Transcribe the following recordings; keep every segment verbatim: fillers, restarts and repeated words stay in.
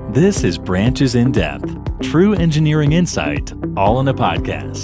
This is Branches in Depth, true engineering insight, all in a podcast.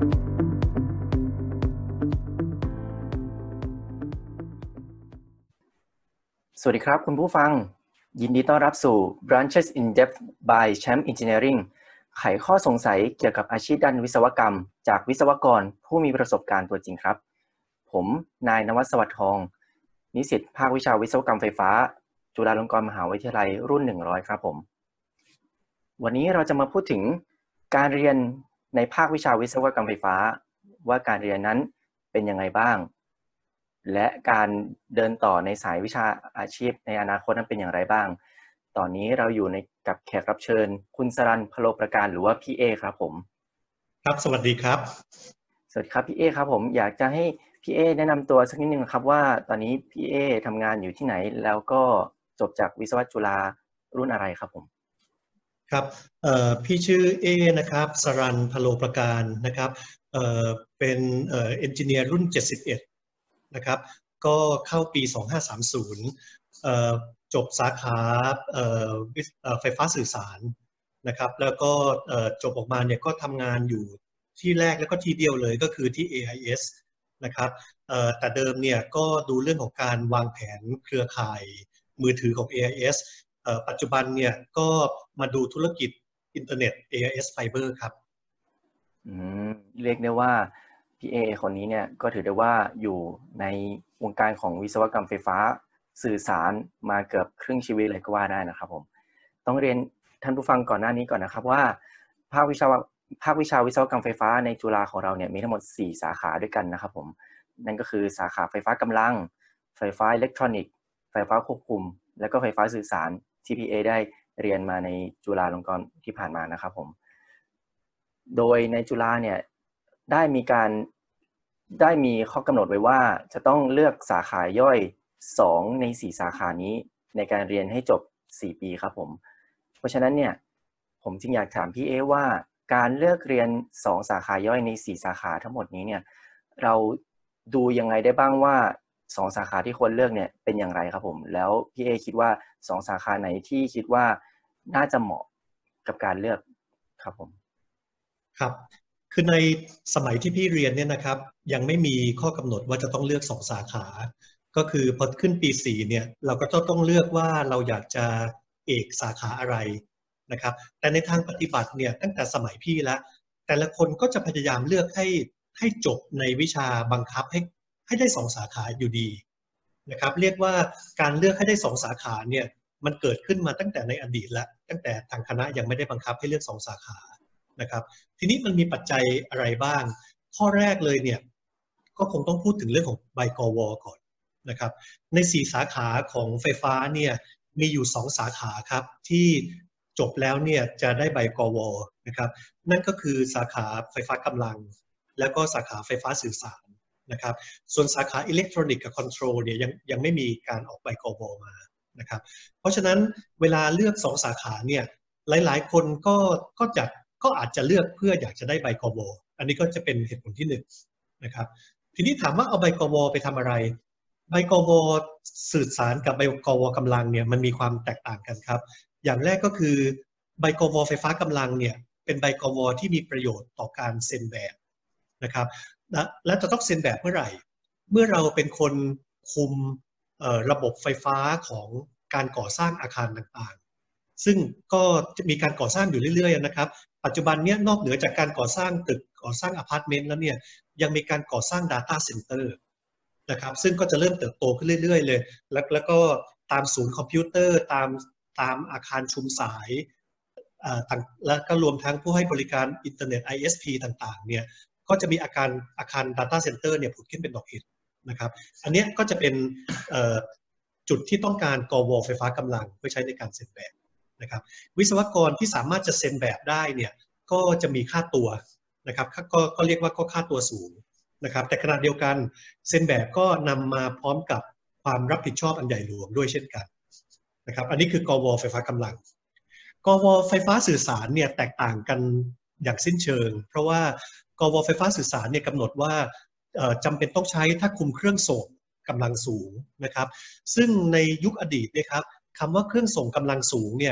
สวัสดีครับคุณผู้ฟังยินดีต้อนรับสู่ Branches in Depth by Champ Engineering ไขข้อสงสัยเกี่ยวกับอาชีพด้านวิศวกรรมจากวิศวกรผู้มีประสบการณ์ตัวจริงครับผมนายณวัฒน์ สวัสดิ์ทองนิสิตภาควิชาวิศวกรรมไฟฟ้าจุฬาลงกรณ์มหาวิทยาลัยรุ่นหนึ่งร้อยครับผมวันนี้เราจะมาพูดถึงการเรียนในภาควิชาวิศวกรรมไฟฟ้าว่าการเรียนนั้นเป็นยังไงบ้างและการเดินต่อในสายวิชาอาชีพในอนาคตนั้นเป็นอย่างไรบ้างตอนนี้เราอยู่ในกับแขกรับเชิญคุณสรัญ พโลประการหรือว่าพี่เอครับผมครับสวัสดีครับสวัสดีครับพี่เอครับผมอยากจะให้พี่เอแนะนำตัวสักนิดนึงครับว่าตอนนี้พี่เอทำงานอยู่ที่ไหนแล้วก็จบจากวิศวะจุฬารุ่นอะไรครับผมครับเอ่อพี่ชื่อเอนะครับสรัญ พโลประการนะครับเอ่อเป็นเอ่อเอนจิเนียร์รุ่นเจ็ดสิบเอ็ดนะครับก็เข้าปีสองห้าสามศูนย์เอ่อจบสาขาเอ่อไฟฟ้าสื่อสารนะครับแล้วก็เอ่อจบออกมาเนี่ยก็ทำงานอยู่ที่แรกแล้วก็ที่เดียวเลยก็คือที่ เอ ไอ เอส นะครับเอ่อแต่เดิมเนี่ยก็ดูเรื่องของการวางแผนเครือข่ายมือถือของ เอ ไอ เอส เอ่อปัจจุบันเนี่ยก็มาดูธุรกิจอินเทอร์เน็ต เอ ไอ เอส Fiber ครับอืมเรียกได้ว่าพี่เอคนนี้เนี่ยก็ถือได้ว่าอยู่ในวงการของวิศวกรรมไฟฟ้าสื่อสารมาเกือบครึ่งชีวิตเลยก็ว่าได้นะครับผมต้องเรียนท่านผู้ฟังก่อนหน้านี้ก่อนนะครับว่าภาควิชาภาควิชาวิศวกรรมไฟฟ้าในจุฬาของเราเนี่ยมีทั้งหมดสี่สาขาด้วยกันนะครับผมนั่นก็คือสาขาไฟฟ้ากำลังไฟฟ้าอิเล็กทรอนิกส์ไฟฟ้าควบคุมและก็ไฟฟ้าสื่อสารที่พี่เอได้เรียนมาในจุฬาลงกรณ์ที่ผ่านมานะครับผมโดยในจุฬาเนี่ยได้มีการได้มีข้อกำหนดไว้ว่าจะต้องเลือกสาขาย่อยสองในสี่สาขานี้ในการเรียนให้จบสี่ปีครับผมเพราะฉะนั้นเนี่ยผมจึงอยากถามพี่เอว่าการเลือกเรียนสองสาขาย่อยในสี่สาขาทั้งหมดนี้เนี่ยเราดูยังไงได้บ้างว่าสองสาขาที่ควรเลือกเนี่ยเป็นอย่างไรครับผมแล้วพี่เอคิดว่าสองสาขาไหนที่คิดว่าน่าจะเหมาะกับการเลือกครับผมครับคือในสมัยที่พี่เรียนเนี่ยนะครับยังไม่มีข้อกำหนดว่าจะต้องเลือกสองสาขาก็คือพอขึ้นปีสี่เนี่ยเราก็ต้องเลือกว่าเราอยากจะเอกสาขาอะไรนะครับแต่ในทางปฏิบัติเนี่ยตั้งแต่สมัยพี่แล้วแต่ละคนก็จะพยายามเลือกให้ให้จบในวิชาบังคับให้ให้ได้สองสาขาอยู่ดีนะครับเรียกว่าการเลือกให้ได้สองสาขาเนี่ยมันเกิดขึ้นมาตั้งแต่ในอดีตแล้วตั้งแต่ทางคณะยังไม่ได้บังคับให้เลือกสองสาขานะครับทีนี้มันมีปัจจัยอะไรบ้างข้อแรกเลยเนี่ยก็คงต้องพูดถึงเรื่องของใบกวก่อนนะครับในสี่สาขาของไฟฟ้าเนี่ยมีอยู่สองสาขาครับที่จบแล้วเนี่ยจะได้ใบกวนะครับนั่นก็คือสาขาไฟฟ้ากำลังแล้วก็สาขาไฟฟ้าสื่อสารนะครับส่วนสาขาอิเล็กทรอนิกส์กับคอนโทรลเนี่ยยังยังไม่มีการออกใบกวมานะครับเพราะฉะนั้นเวลาเลือกสองสาขาเนี่ยหลายๆคนก็ก็จะก็อาจจะเลือกเพื่ออยากจะได้ใบกวอันนี้ก็จะเป็นเหตุผลที่หนึ่งนะครับทีนี้ถามว่าเอาใบกวไปทำอะไรใบกวสื่อสารกับใบกวกำลังเนี่ยมันมีความแตกต่างกันครับอย่างแรกก็คือใบกวไฟฟ้ากำลังเนี่ยเป็นใบกวที่มีประโยชน์ต่อการเซ็นแบบนะครับและจะต้องเซ็นแบบเมื่อไหร่เมื่อเราเป็นคนคุมระบบไฟฟ้าของการก่อสร้างอาคารต่างๆซึ่งก็จะมีการก่อสร้างอยู่เรื่อยๆนะครับปัจจุบันนี้นอกเหนือจากการก่อสร้างตึกก่อสร้างอพาร์ตเมนต์แล้วเนี่ยยังมีการก่อสร้าง Data Center นะครับซึ่งก็จะเริ่มเติบโตขึ้นเรื่อยๆเลยแล้วแล้วก็ตามศูนย์คอมพิวเตอร์ตามตามอาคารชุมสายแล้วก็รวมทั้งผู้ให้บริการอินเทอร์เน็ต ไอ เอส พี ต่างๆเนี่ยก็จะมีอาคารอาคาร Data Center เนี่ยผุดขึ้นเป็นดอกเห็ดนะครับอันนี้ก็จะเป็นจุดที่ต้องการกวไฟฟ้ากำลังเพื่อใช้ในการเซ็นแบบนะครับวิศวกรที่สามารถจะเซ็นแบบได้เนี่ยก็จะมีค่าตัวนะครับก็ก็เรียกว่าก็ค่าตัวสูงนะครับแต่ขณะเดียวกันเซ็นแบบก็นำมาพร้อมกับความรับผิดชอบอันใหญ่หลวงด้วยเช่นกันนะครับอันนี้คือกวไฟฟ้ากำลังกวไฟฟ้าสื่อสารเนี่ยแตกต่างกันอย่างสิ้นเชิงเพราะว่ากวไฟฟ้าสื่อสารเนี่ยกำหนดว่าจำเป็นต้องใช้ถ้าคุมเครื่องส่งกำลังสูงนะครับซึ่งในยุคอดีตนะครับคำว่าเครื่องส่งกำลังสูงเนี่ย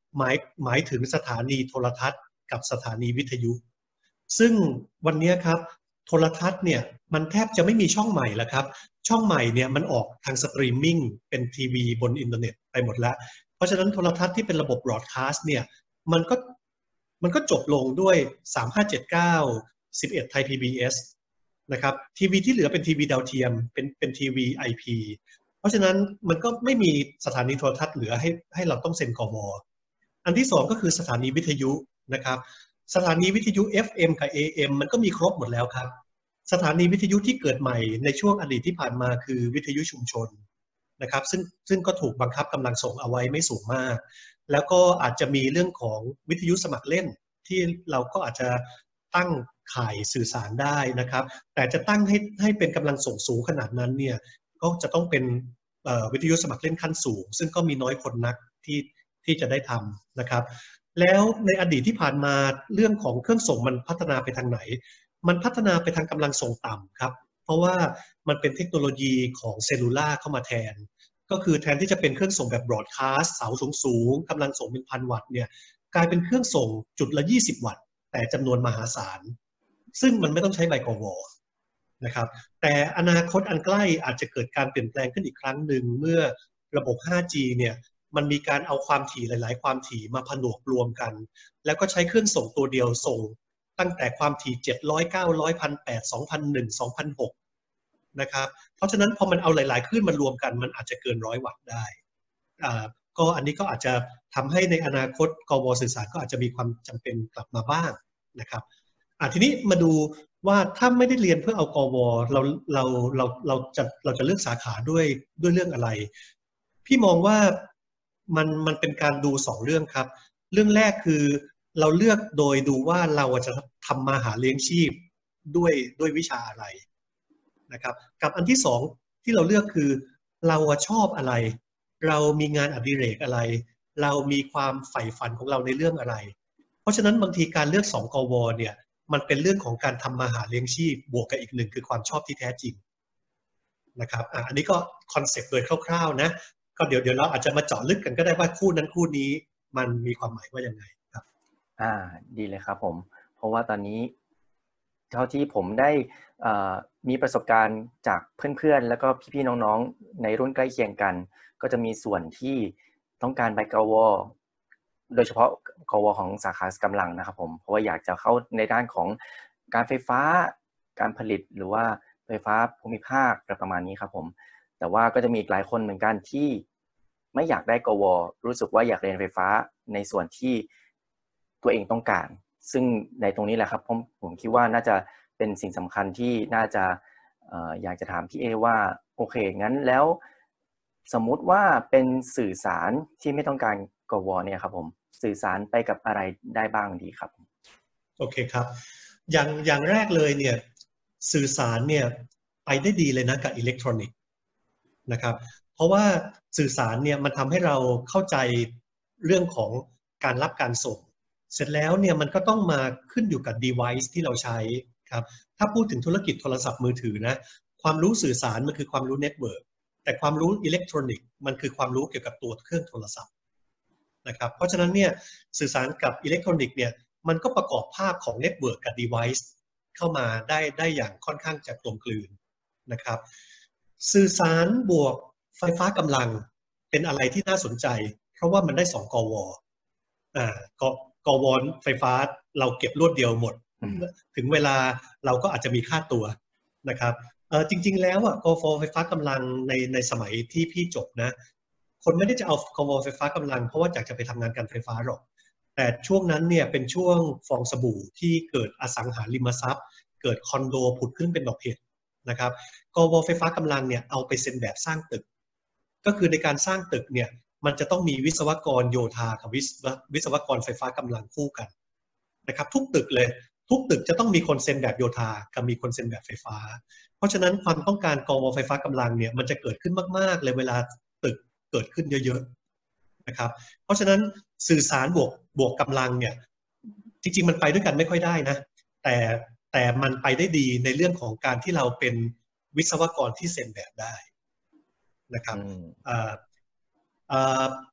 หมายหมายถึงสถานีโทรทัศน์กับสถานีวิทยุ ซึ่งวันนี้ครับโทรทัศน์เนี่ยมันแทบจะไม่มีช่องใหม่แล้วครับช่องใหม่เนี่ยมันออกทางสตรีมมิ่งเป็นทีวีบนอินเทอร์เน็ตไปหมดแล้วเพราะฉะนั้นโทรทัศน์ที่เป็นระบบบรอดคาสต์เนี่ยมันก็มันก็จบลงด้วยสามห้าเจ็ดเก้า สิบเอ็ดไทย พี บี เอส นะครับทีวีที่เหลือเป็นทีวีดาวเทียมเป็นเป็นทีวี ไอ พี เพราะฉะนั้นมันก็ไม่มีสถานีโทรทัศน์เหลือให้ให้เราต้องเซ็นกว.อันที่สองก็คือสถานีวิทยุนะครับสถานีวิทยุ เอฟ เอ็ม กับ เอ เอ็ม มันก็มีครบหมดแล้วครับสถานีวิทยุที่เกิดใหม่ในช่วงอดีตที่ผ่านมาคือวิทยุชุมชนนะครับซึ่งซึ่งก็ถูกบังคับกำลังส่งเอาไว้ไม่สูงมากแล้วก็อาจจะมีเรื่องของวิทยุสมัครเล่นที่เราก็อาจจะตั้งข่ายสื่อสารได้นะครับแต่จะตั้งให้ให้เป็นกำลังส่งสูงขนาดนั้นเนี่ยก็จะต้องเป็นวิทยุสมัครเล่นขั้นสูงซึ่งก็มีน้อยคนนักที่ที่จะได้ทำนะครับแล้วในอดีตที่ผ่านมาเรื่องของเครื่องส่งมันพัฒนาไปทางไหนมันพัฒนาไปทางกำลังส่งต่ำครับเพราะว่ามันเป็นเทคโนโลยีของเซลลูล่าเข้ามาแทนก็คือแทนที่จะเป็นเครื่องส่งแบบบรอดคาสต์เสาสูงๆกำลังส่งเป็นพันวัตต์เนี่ยกลายเป็นเครื่องส่งจุดละยี่สิบวัตต์แต่จำนวนมหาศาลซึ่งมันไม่ต้องใช้ไมโครวอลนะครับแต่อนาคตอันใกล้อาจจะเกิดการเปลี่ยนแปลงขึ้นอีกครั้งหนึ่งเมื่อระบบ ห้าจี เนี่ยมันมีการเอาความถี่หลายๆความถี่มาผนวกรวมกันแล้วก็ใช้เครื่องส่งตัวเดียวส่งตั้งแต่ความถี่เจ็ดร้อย เก้าร้อย หนึ่งพันแปดร้อย สองพันหนึ่ง สองพันหกร้อยนะครับเพราะฉะนั้นพอมันเอาหลายๆคลื่นมารวมกันมันอาจจะเกินร้อยวัตต์ได้อ่าก็อันนี้ก็อาจจะทำให้ในอนาคตกว.สื่อสารก็อาจจะมีความจำเป็นกลับมาบ้างนะครับอ่าทีนี้มาดูว่าถ้าไม่ได้เรียนเพื่อเอากว.เราเราเราเราจะเราจะเลือกสาขาด้วยด้วยเรื่องอะไรพี่มองว่ามันมันเป็นการดูสองเรื่องครับเรื่องแรกคือเราเลือกโดยดูว่าเราจะทำมาหาเลี้ยงชีพด้วยด้วยวิชาอะไรนะครับกับอันที่สองที่เราเลือกคือเราชอบอะไรเรามีงานอดิเรกอะไรเรามีความใฝ่ฝันของเราในเรื่องอะไรเพราะฉะนั้นบางทีการเลือกสองกว.เนี่ยมันเป็นเรื่องของการทำมาหาเลี้ยงชีพบวกกับอีกหนึ่งคือความชอบที่แท้จริงนะครับอ่ะอันนี้ก็คอนเซ็ปต์โดยคร่าวๆนะก็เดี๋ยวเดี๋ยวเราอาจจะมาเจาะลึกกันก็ได้ว่าคู่นั้นคู่นี้มันมีความหมายว่ายังไงครับอ่าดีเลยครับผมเพราะว่าตอนนี้เท่าที่ผมได้มีประสบการณ์จากเพื่อนๆแล้วก็พี่ๆน้องๆในรุ่นใกล้เคียงกันก็จะมีส่วนที่ต้องการใบกว.โดยเฉพาะกว.ของสาขากำลังนะครับผมเพราะว่าอยากจะเข้าในด้านของการไฟฟ้าการผลิตหรือว่าไฟฟ้าภูมิภาคประมาณนี้ครับผมแต่ว่าก็จะมีหลายคนเหมือนกันที่ไม่อยากได้กว.รู้สึกว่าอยากเรียนไฟฟ้าในส่วนที่ตัวเองต้องการซึ่งในตรงนี้แหละครับผมผมคิดว่าน่าจะเป็นสิ่งสำคัญที่น่าจะเอ่ออยากจะถามพี่เอว่าโอเคงั้นแล้วสมมุติว่าเป็นสื่อสารที่ไม่ต้องการกว.เนี่ยครับผมสื่อสารไปกับอะไรได้บ้างดีครับโอเคครับอย่างอย่างแรกเลยเนี่ยสื่อสารเนี่ยไปได้ดีเลยนะกับอิเล็กทรอนิกส์นะครับเพราะว่าสื่อสารเนี่ยมันทำให้เราเข้าใจเรื่องของการรับการส่งเสร็จแล้วเนี่ยมันก็ต้องมาขึ้นอยู่กับ device ที่เราใช้ครับถ้าพูดถึงธุรกิจโทรศัพท์มือถือนะความรู้สื่อสารมันคือความรู้เน็ตเวิร์กแต่ความรู้อิเล็กทรอนิกส์มันคือความรู้เกี่ยวกับตัวเครื่องโทรศัพท์นะครับเพราะฉะนั้นเนี่ยสื่อสารกับอิเล็กทรอนิกส์เนี่ยมันก็ประกอบภาพของเน็ตเวิร์กกับ device เข้ามาได้ได้อย่างค่อนข้างจะกลมกลืนนะครับสื่อสารบวกไฟฟ้ากำลังเป็นอะไรที่น่าสนใจเพราะว่ามันได้สองกว.อ่ากกว.ไฟฟ้าเราเก็บรวดเดียวหมดถึงเวลาเราก็อาจจะมีค่าตัวนะครับเออจริงๆแล้วอ่ะกฟ.ไฟฟ้ากำลังในในสมัยที่พี่จบนะคนไม่ได้จะเอากว.ไฟฟ้ากำลังเพราะว่าอยากจะไปทำงานการไฟฟ้าหรอกแต่ช่วงนั้นเนี่ยเป็นช่วงฟองสบู่ที่เกิดอสังหาริมทรัพย์เกิดคอนโดผุดขึ้นเป็นดอกเห็ดนะครับกว.ไฟฟ้ากำลังเนี่ยเอาไปเซ็นแบบสร้างตึกก็คือในการสร้างตึกเนี่ยมันจะต้องมีวิศวกรโยธากับวิศวกรไฟฟ้ากำลังคู่กันนะครับทุกตึกเลยทุกตึกจะต้องมีคนเซ็นแบบโยธากับมีคนเซ็นแบบไฟฟ้าเพราะฉะนั้นความต้องการกว.ไฟฟ้ากำลังเนี่ยมันจะเกิดขึ้นมากๆเลยเวลาตึกเกิดขึ้นเยอะๆนะครับเพราะฉะนั้นสื่อสารบวกบวกกำลังเนี่ยจริงๆมันไปด้วยกันไม่ค่อยได้นะแต่แต่มันไปได้ดีในเรื่องของการที่เราเป็นวิศวกรที่เซ็นแบบได้นะครับ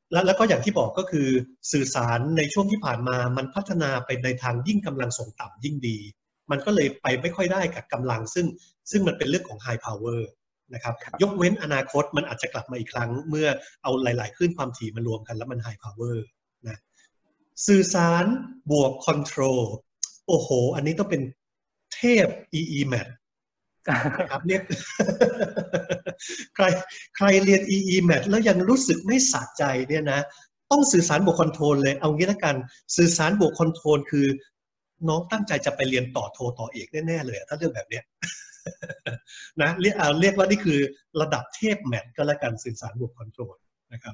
แล้วแล้วก็อย่างที่บอกก็คือสื่อสารในช่วงที่ผ่านมามันพัฒนาไปในทางยิ่งกำลังส่งต่ำยิ่งดีมันก็เลยไปไม่ค่อยได้กับกำลังซึ่งซึ่งมันเป็นเรื่องของ high power นะครับยกเว้นอนาคตมันอาจจะกลับมาอีกครั้งเมื่อเอาหลายๆคลื่นความถี่มารวมกันแล้วมัน high power นะสื่อสารบวก control โอ้โหอันนี้ต้องเป็นเทพ อี อี แมท นะครับเรียก ใครใครเรียน อี อี แมท แล้วยังรู้สึกไม่สะใจเนี่ยนะต้องสื่อสารบวกคอนโทรลเลยเอางี้ละกันสื่อสารบวกคอนโทรลคือน้องตั้งใจจะไปเรียนต่อโทต่อเอกแน่ๆเลยถ้าเรื่องแบบเนี้ย นะเรียกเอาเรียกว่านี่คือระดับเทพแมทก็แล้วกันสื่อสารบวกคอนโทรลนะครับ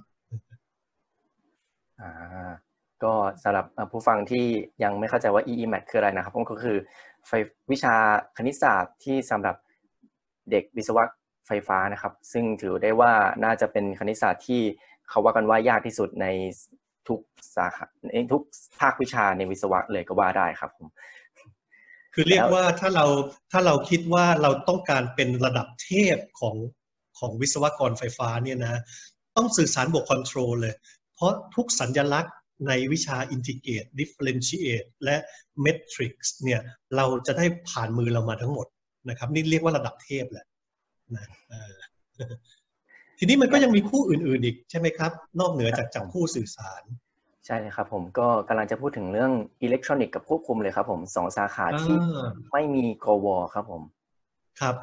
อ่าก็สำหรับผู้ฟังที่ยังไม่เข้าใจว่า อี อี แมท คืออะไรนะครับก็คือไฟวิชาคณิตศาสตร์ที่สำหรับเด็กวิศวะไฟฟ้านะครับซึ่งถือได้ว่าน่าจะเป็นคณิตศาสตร์ที่เขาว่ากันว่ายากที่สุดในทุกสาขาในทุกภาควิชาในวิศวะเลยก็ว่าได้ครับผมคือเรียกว่าถ้าเราถ้าเราคิดว่าเราต้องการเป็นระดับเทพของของวิศวกรไฟฟ้าเนี่ยนะต้องสื่อสารบวกคอนโทรลเลยเพราะทุกสัญลักษณ์ในวิชา integrate differentiate และ matrix เนี่ยเราจะได้ผ่านมือเรามาทั้งหมดนะครับนี่เรียกว่าระดับเทพแหละนะทีนี้มันก็ยังมีคู่อื่นๆอีกใช่ไหมครับนอกเหนือจากจับคู่สื่อสารใช่ครับผมก็กำลังจะพูดถึงเรื่องอิเล็กทรอนิกส์กับควบคุมเลยครับผมสองสาขาที่ไม่มีกวครับผมครับ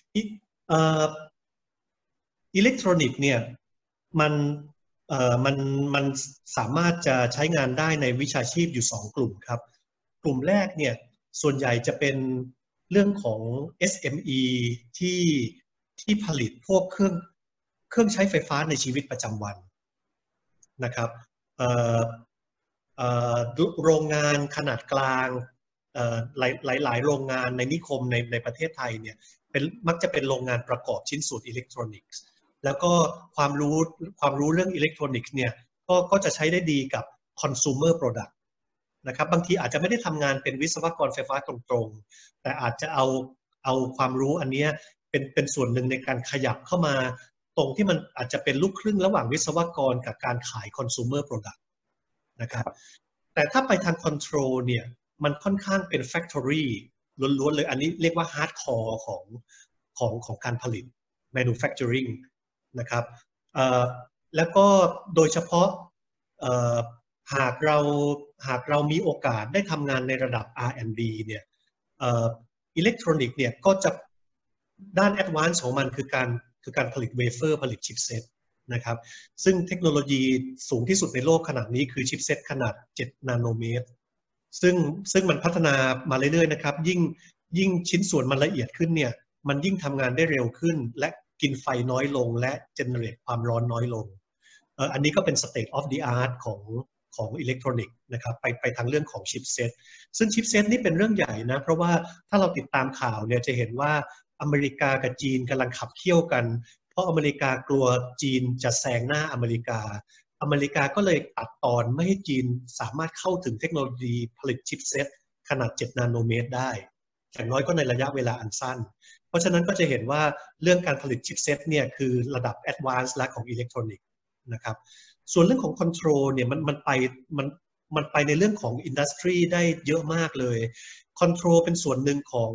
อิเล็กทรอนิกส์เนี่ยมันเอ่อมันมันสามารถจะใช้งานได้ในวิชาชีพอยู่สองกลุ่มครับกลุ่มแรกเนี่ยส่วนใหญ่จะเป็นเรื่องของ เอส เอ็ม อี ที่ที่ผลิตพวกเครื่องเครื่องใช้ไฟฟ้าในชีวิตประจำวันนะครับเอ่อเอ่อโรงงานขนาดกลางเอ่อหลายหลายหลายโรงงานในนิคมในในประเทศไทยเนี่ยเป็นมักจะเป็นโรงงานประกอบชิ้นส่วนอิเล็กทรอนิกส์แล้วก็ความรู้ความรู้เรื่องอิเล็กทรอนิกส์เนี่ยก็ก็จะใช้ได้ดีกับ consumer product นะครับบางทีอาจจะไม่ได้ทำงานเป็นวิศวกรไฟฟ้าตรงๆแต่อาจจะเอาเอาความรู้อันนี้เป็นเป็นส่วนหนึ่งในการขยับเข้ามาตรงที่มันอาจจะเป็นลูกครึ่งระหว่างวิศวกรกับการขาย consumer product นะครับแต่ถ้าไปทาง control เนี่ยมันค่อนข้างเป็น factory ล้วนๆเลยอันนี้เรียกว่า hardcore ของของของการผลิต manufacturing นะครับแล้วก็โดยเฉพาะหากเราหากเรามีโอกาสได้ทำงานในระดับ อาร์ แอนด์ ดี เนี่ยอิเล็กทรอนิกส์เนี่ยก็จะด้าน advance ของมันคือการคือการผลิตเวเฟอร์ผลิตชิปเซตนะครับซึ่งเทคโนโลยีสูงที่สุดในโลกขนาดนี้คือชิปเซตขนาดเจ็ดนาโนเมตรซึ่งซึ่งมันพัฒนามาเรื่อยๆนะครับยิ่งยิ่งชิ้นส่วนมันละเอียดขึ้นเนี่ยมันยิ่งทำงานได้เร็วขึ้นและกินไฟน้อยลงและเจเนเรตความร้อนน้อยลงเอ่ออันนี้ก็เป็น state of the art ของของอิเล็กทรอนิกส์นะครับไปไปทางเรื่องของชิปเซตซึ่งชิปเซตนี่เป็นเรื่องใหญ่นะเพราะว่าถ้าเราติดตามข่าวเนี่ยจะเห็นว่าอเมริกากับจีนกำลังขับเคี่ยวกันเพราะอเมริกากลัวจีนจะแซงหน้าอเมริกาอเมริกาก็เลยตัดตอนไม่ให้จีนสามารถเข้าถึงเทคโนโลยีผลิตชิปเซตขนาดเจ็ดนาโนเมตรได้อย่างน้อยก็ในระยะเวลาอันสั้นเพราะฉะนั้นก็จะเห็นว่าเรื่องการผลิตชิปเซตเนี่ยคือระดับแอดวานซ์และของอิเล็กทรอนิกส์นะครับส่วนเรื่องของคอนโทรลเนี่ยมันมันไปมันมันไปในเรื่องของอินดัสทรีได้เยอะมากเลยคอนโทรลเป็นส่วนหนึ่งของ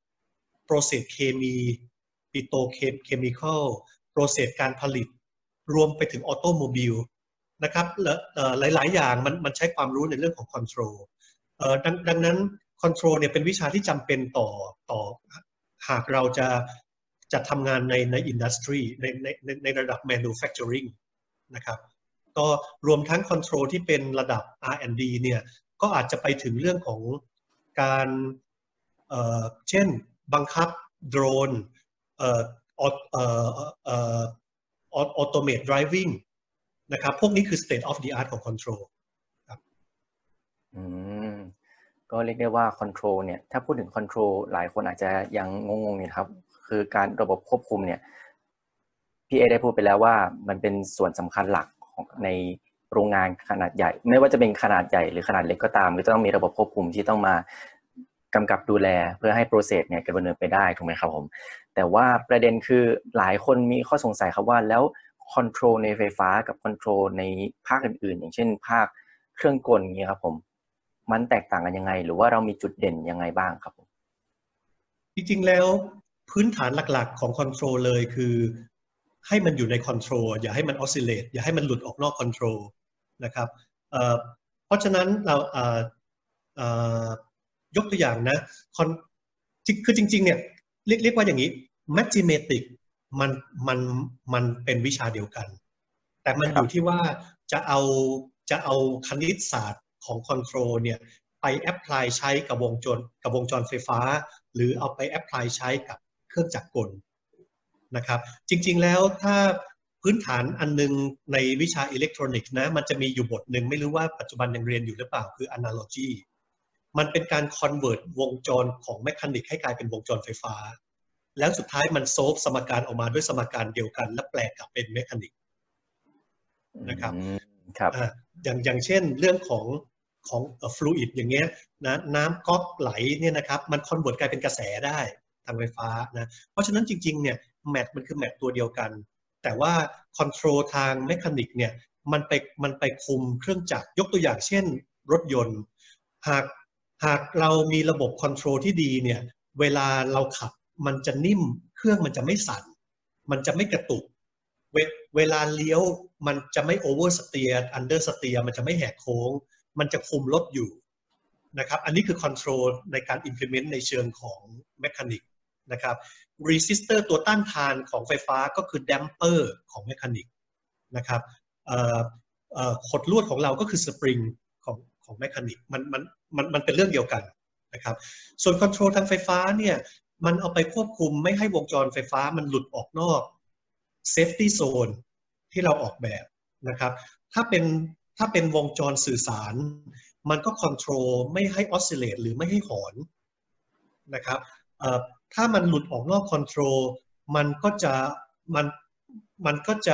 process เคมีปิโตรเคมีคอล process การผลิตรวมไปถึงออโตโมบิลนะครับหลายๆอย่างมันมันใช้ความรู้ในเรื่องของคอนโทรลดังดังนั้นคอนโทรลเนี่ยเป็นวิชาที่จำเป็นต่อต่อหากเราจะจะทำงานในในอินดัสทรีในในในระดับ manufacturing นะครับก็รวมทั้งคอนโทรลที่เป็นระดับ อาร์ แอนด์ ดี เนี่ยก็อาจจะไปถึงเรื่องของการเอ่อเช่นบังคับโดรนเอ่อเอ่อเอ่อ automate driving นะครับพวกนี้คือ state of the art ของ control ครับอืมก็เรียกได้ว่า control เนี่ยถ้าพูดถึง control หลายคนอาจจะยังงงๆอยู่ครับคือการระบบควบคุมเนี่ยพี่เอได้พูดไปแล้วว่ามันเป็นส่วนสำคัญหลักของในโรงงานขนาดใหญ่ไม่ว่าจะเป็นขนาดใหญ่หรือขนาดเล็กก็ตามก็ต้องมีระบบควบคุมที่ต้องมากำกับดูแลเพื่อให้โปรเซสเนี่ยดำเนินไปได้ถูกไหมครับผมแต่ว่าประเด็นคือหลายคนมีข้อสงสัยครับว่าแล้วคอนโทรลในไฟฟ้ากับคอนโทรลในภาคอื่นๆอย่างเช่นภาคเครื่องกลอย่างเงี้ยครับผมมันแตกต่างกันยังไงหรือว่าเรามีจุดเด่นยังไงบ้างครับผมจริงๆแล้วพื้นฐานหลักๆของคอนโทรลเลยคือให้มันอยู่ในคอนโทรลอย่าให้มันออสซิเลตอย่าให้มันหลุดออกนอกคอนโทรลนะครับเอ่อเพราะฉะนั้นเราเอ่อเอ่อยกตัวอย่างนะคือจริงๆเนี่ยเรียกเรียกว่าอย่างนี้ mathematics มันมันมันเป็นวิชาเดียวกันแต่มันอยู่ที่ว่าจะเอาจะเอาคณิตศาสตร์ของคอนโทรลเนี่ยไปแอพพลายใช้กับวงจรกับวงจรไฟฟ้าหรือเอาไปแอพพลายใช้กับเครื่องจักรกลนะครับจริงๆแล้วถ้าพื้นฐานอันนึงในวิชาอิเล็กทรอนิกส์นะมันจะมีอยู่บทหนึ่งไม่รู้ว่าปัจจุบันยังเรียนอยู่หรือเปล่าคือ analogy มันเป็นการ convert วงจรของแมคานิกให้กลายเป็นวงจรไฟฟ้าแล้วสุดท้ายมันโซฟสมการออกมาด้วยสมการเดียวกันและแปลกลับเป็นแมคานิกนะครับครับอย่างอย่างเช่นเรื่องของของฟลูอิดอย่างเงี้ยนะน้ำก๊อกไหลเนี่ยนะครับมันคอนเวิร์ตกลายเป็นกระแสได้ทางไฟฟ้านะเพราะฉะนั้นจริงๆเนี่ยแมทมันคือแมทตัวเดียวกันแต่ว่าคอนโทรลทางแมคานิกเนี่ยมันไปมันไปคุมเครื่องจักรยกตัวอย่างเช่นรถยนต์หากหากเรามีระบบคอนโทรลที่ดีเนี่ยเวลาเราขับมันจะนิ่มเครื่องมันจะไม่สั่นมันจะไม่กระตุกเวเวลาเลี้ยวมันจะไม่โอเวอร์สเตียร์อันเดอร์สเตียร์มันจะไม่แหกโค้งมันจะคุมรถอยู่นะครับอันนี้คือคอนโทรลในการ implement ในเชิงของแมคานิกนะครับรีซิสเตอร์ตัวต้านทานของไฟฟ้าก็คือดัมเปอร์ของแมคานิกนะครับขดลวดของเราก็คือสปริงของของแมคานิกมันมันมันมันเป็นเรื่องเดียวกันนะครับส่วนคอนโทรลทางไฟฟ้าเนี่ยมันเอาไปควบคุมไม่ให้วงจรไฟฟ้ามันหลุดออกนอกเซฟตี้โซนที่เราออกแบบนะครับถ้าเป็นถ้าเป็นวงจรสื่อสารมันก็คอนโทรลไม่ให้ออสซิเลตหรือไม่ให้หอนนะครับถ้ามันหลุดออกนอกคอนโทรลมันก็จะมันมันก็จะ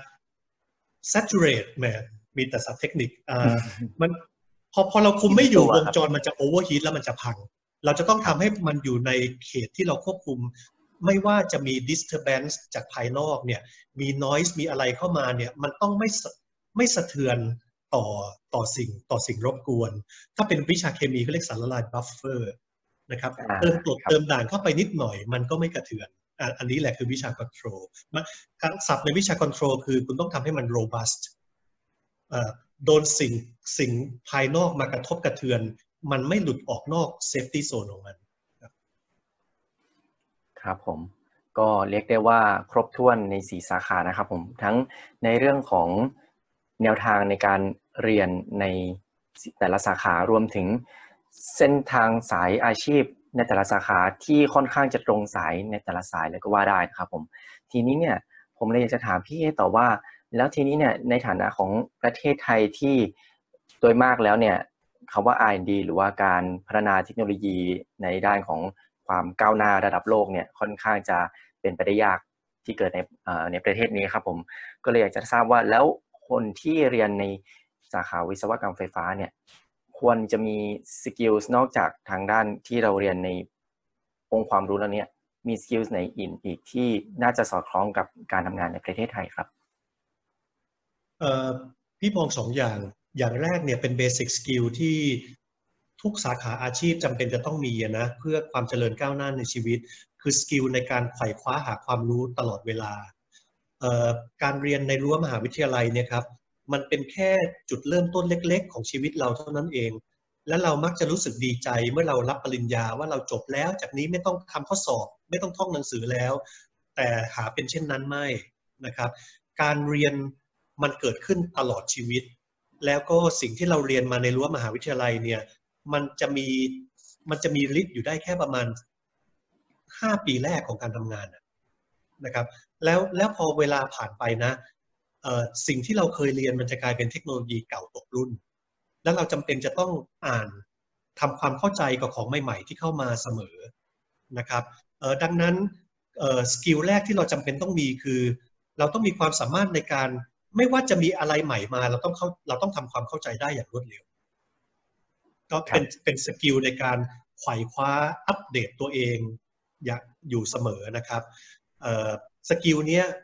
saturate แหมมีแต่ศัพท์เทคนิคมันพอพอเราคุมไม่อยู่วงจรมันจะ overheat แล้วมันจะพังเราจะต้องทำให้มันอยู่ในเขตที่เราควบคุมไม่ว่าจะมี disturbance จากภายนอกเนี่ยมี noise มีอะไรเข้ามาเนี่ยมันต้องไม่ไม่สะเทือนต่อต่อสิ่งต่อสิ่งรบกวนถ้าเป็นวิชาเคมีเขาเรียกสารละลาย buffer นะครับเติมกรดเติมด่างเข้าไปนิดหน่อยมันก็ไม่กระเทือนอันนี้แหละคือวิชา control การศัพท์ในวิชา control คือคุณต้องทำให้มัน robust โดนสิ่งสิ่งภายนอกมากระทบกระเทือนมันไม่หลุดออกนอก safety zone ของมันครับผมก็เรียกได้ว่าครบถ้วนในสี่สาขานะครับผมทั้งในเรื่องของแนวทางในการเรียนในแต่ละสาขารวมถึงเส้นทางสายอาชีพในแต่ละสาขาที่ค่อนข้างจะตรงสายในแต่ละสายเลยก็ว่าได้นะครับผมทีนี้เนี่ยผมเลยอยากจะถามพี่เอต่อว่าแล้วทีนี้เนี่ยในฐานะของประเทศไทยที่โดยมากแล้วเนี่ยคำว่า อาร์ แอนด์ ดี หรือว่าการพัฒนาเทคโนโลยีในด้านของความก้าวหน้าระดับโลกเนี่ยค่อนข้างจะเป็นไปได้ยากที่เกิดในในประเทศนี้ครับผมก็เลยอยากจะทราบว่าแล้วคนที่เรียนในสาขาวิศวกรรมไฟฟ้าเนี่ยควรจะมีสกิลนอกจากทางด้านที่เราเรียนในองค์ความรู้แล้วเนี่ยมีสกิลไหนอื่นอีกที่น่าจะสอดคล้องกับการทำงานในประเทศไทยครับเอ่อพี่มองสองอย่างอย่างแรกเนี่ยเป็นเบสิกสกิลที่ทุกสาขาอาชีพจำเป็นจะต้องมีนะเพื่อความเจริญก้าวหน้าในชีวิตคือสกิลในการไขว่คว้าหาความรู้ตลอดเวลาการเรียนในรั้วมหาวิทยาลัยเนี่ยครับมันเป็นแค่จุดเริ่มต้นเล็กๆของชีวิตเราเท่านั้นเองและเรามักจะรู้สึกดีใจเมื่อเรารับปริญญาว่าเราจบแล้วจากนี้ไม่ต้องทำข้อสอบไม่ต้องท่องหนังสือแล้วแต่หาเป็นเช่นนั้นไม่นะครับการเรียนมันเกิดขึ้นตลอดชีวิตแล้วก็สิ่งที่เราเรียนมาในรั้วมหาวิทยาลัยเนี่ยมันจะมีมันจะมีฤทธิ์อยู่ได้แค่ประมาณห้าปีแรกของการทำงานนะครับแล้วแล้วพอเวลาผ่านไปนะสิ่งที่เราเคยเรียนมันจะกลายเป็นเทคโนโลยีเก่าตกรุ่นแล้วเราจำเป็นจะต้องอ่านทำความเข้าใจกับของใหม่ๆที่เข้ามาเสมอนะครับดังนั้นสกิลแรกที่เราจำเป็นต้องมีคือเราต้องมีความสามารถในการไม่ว่าจะมีอะไรใหม่มาเราต้องเข้าเราต้องทำความเข้าใจได้อย่างรวดเร็วก็เป็นเป็นสกิลในการไขว่คว้าอัปเดตตัวเองอยากอยู่เสมอนะครับสกิลเนี้ย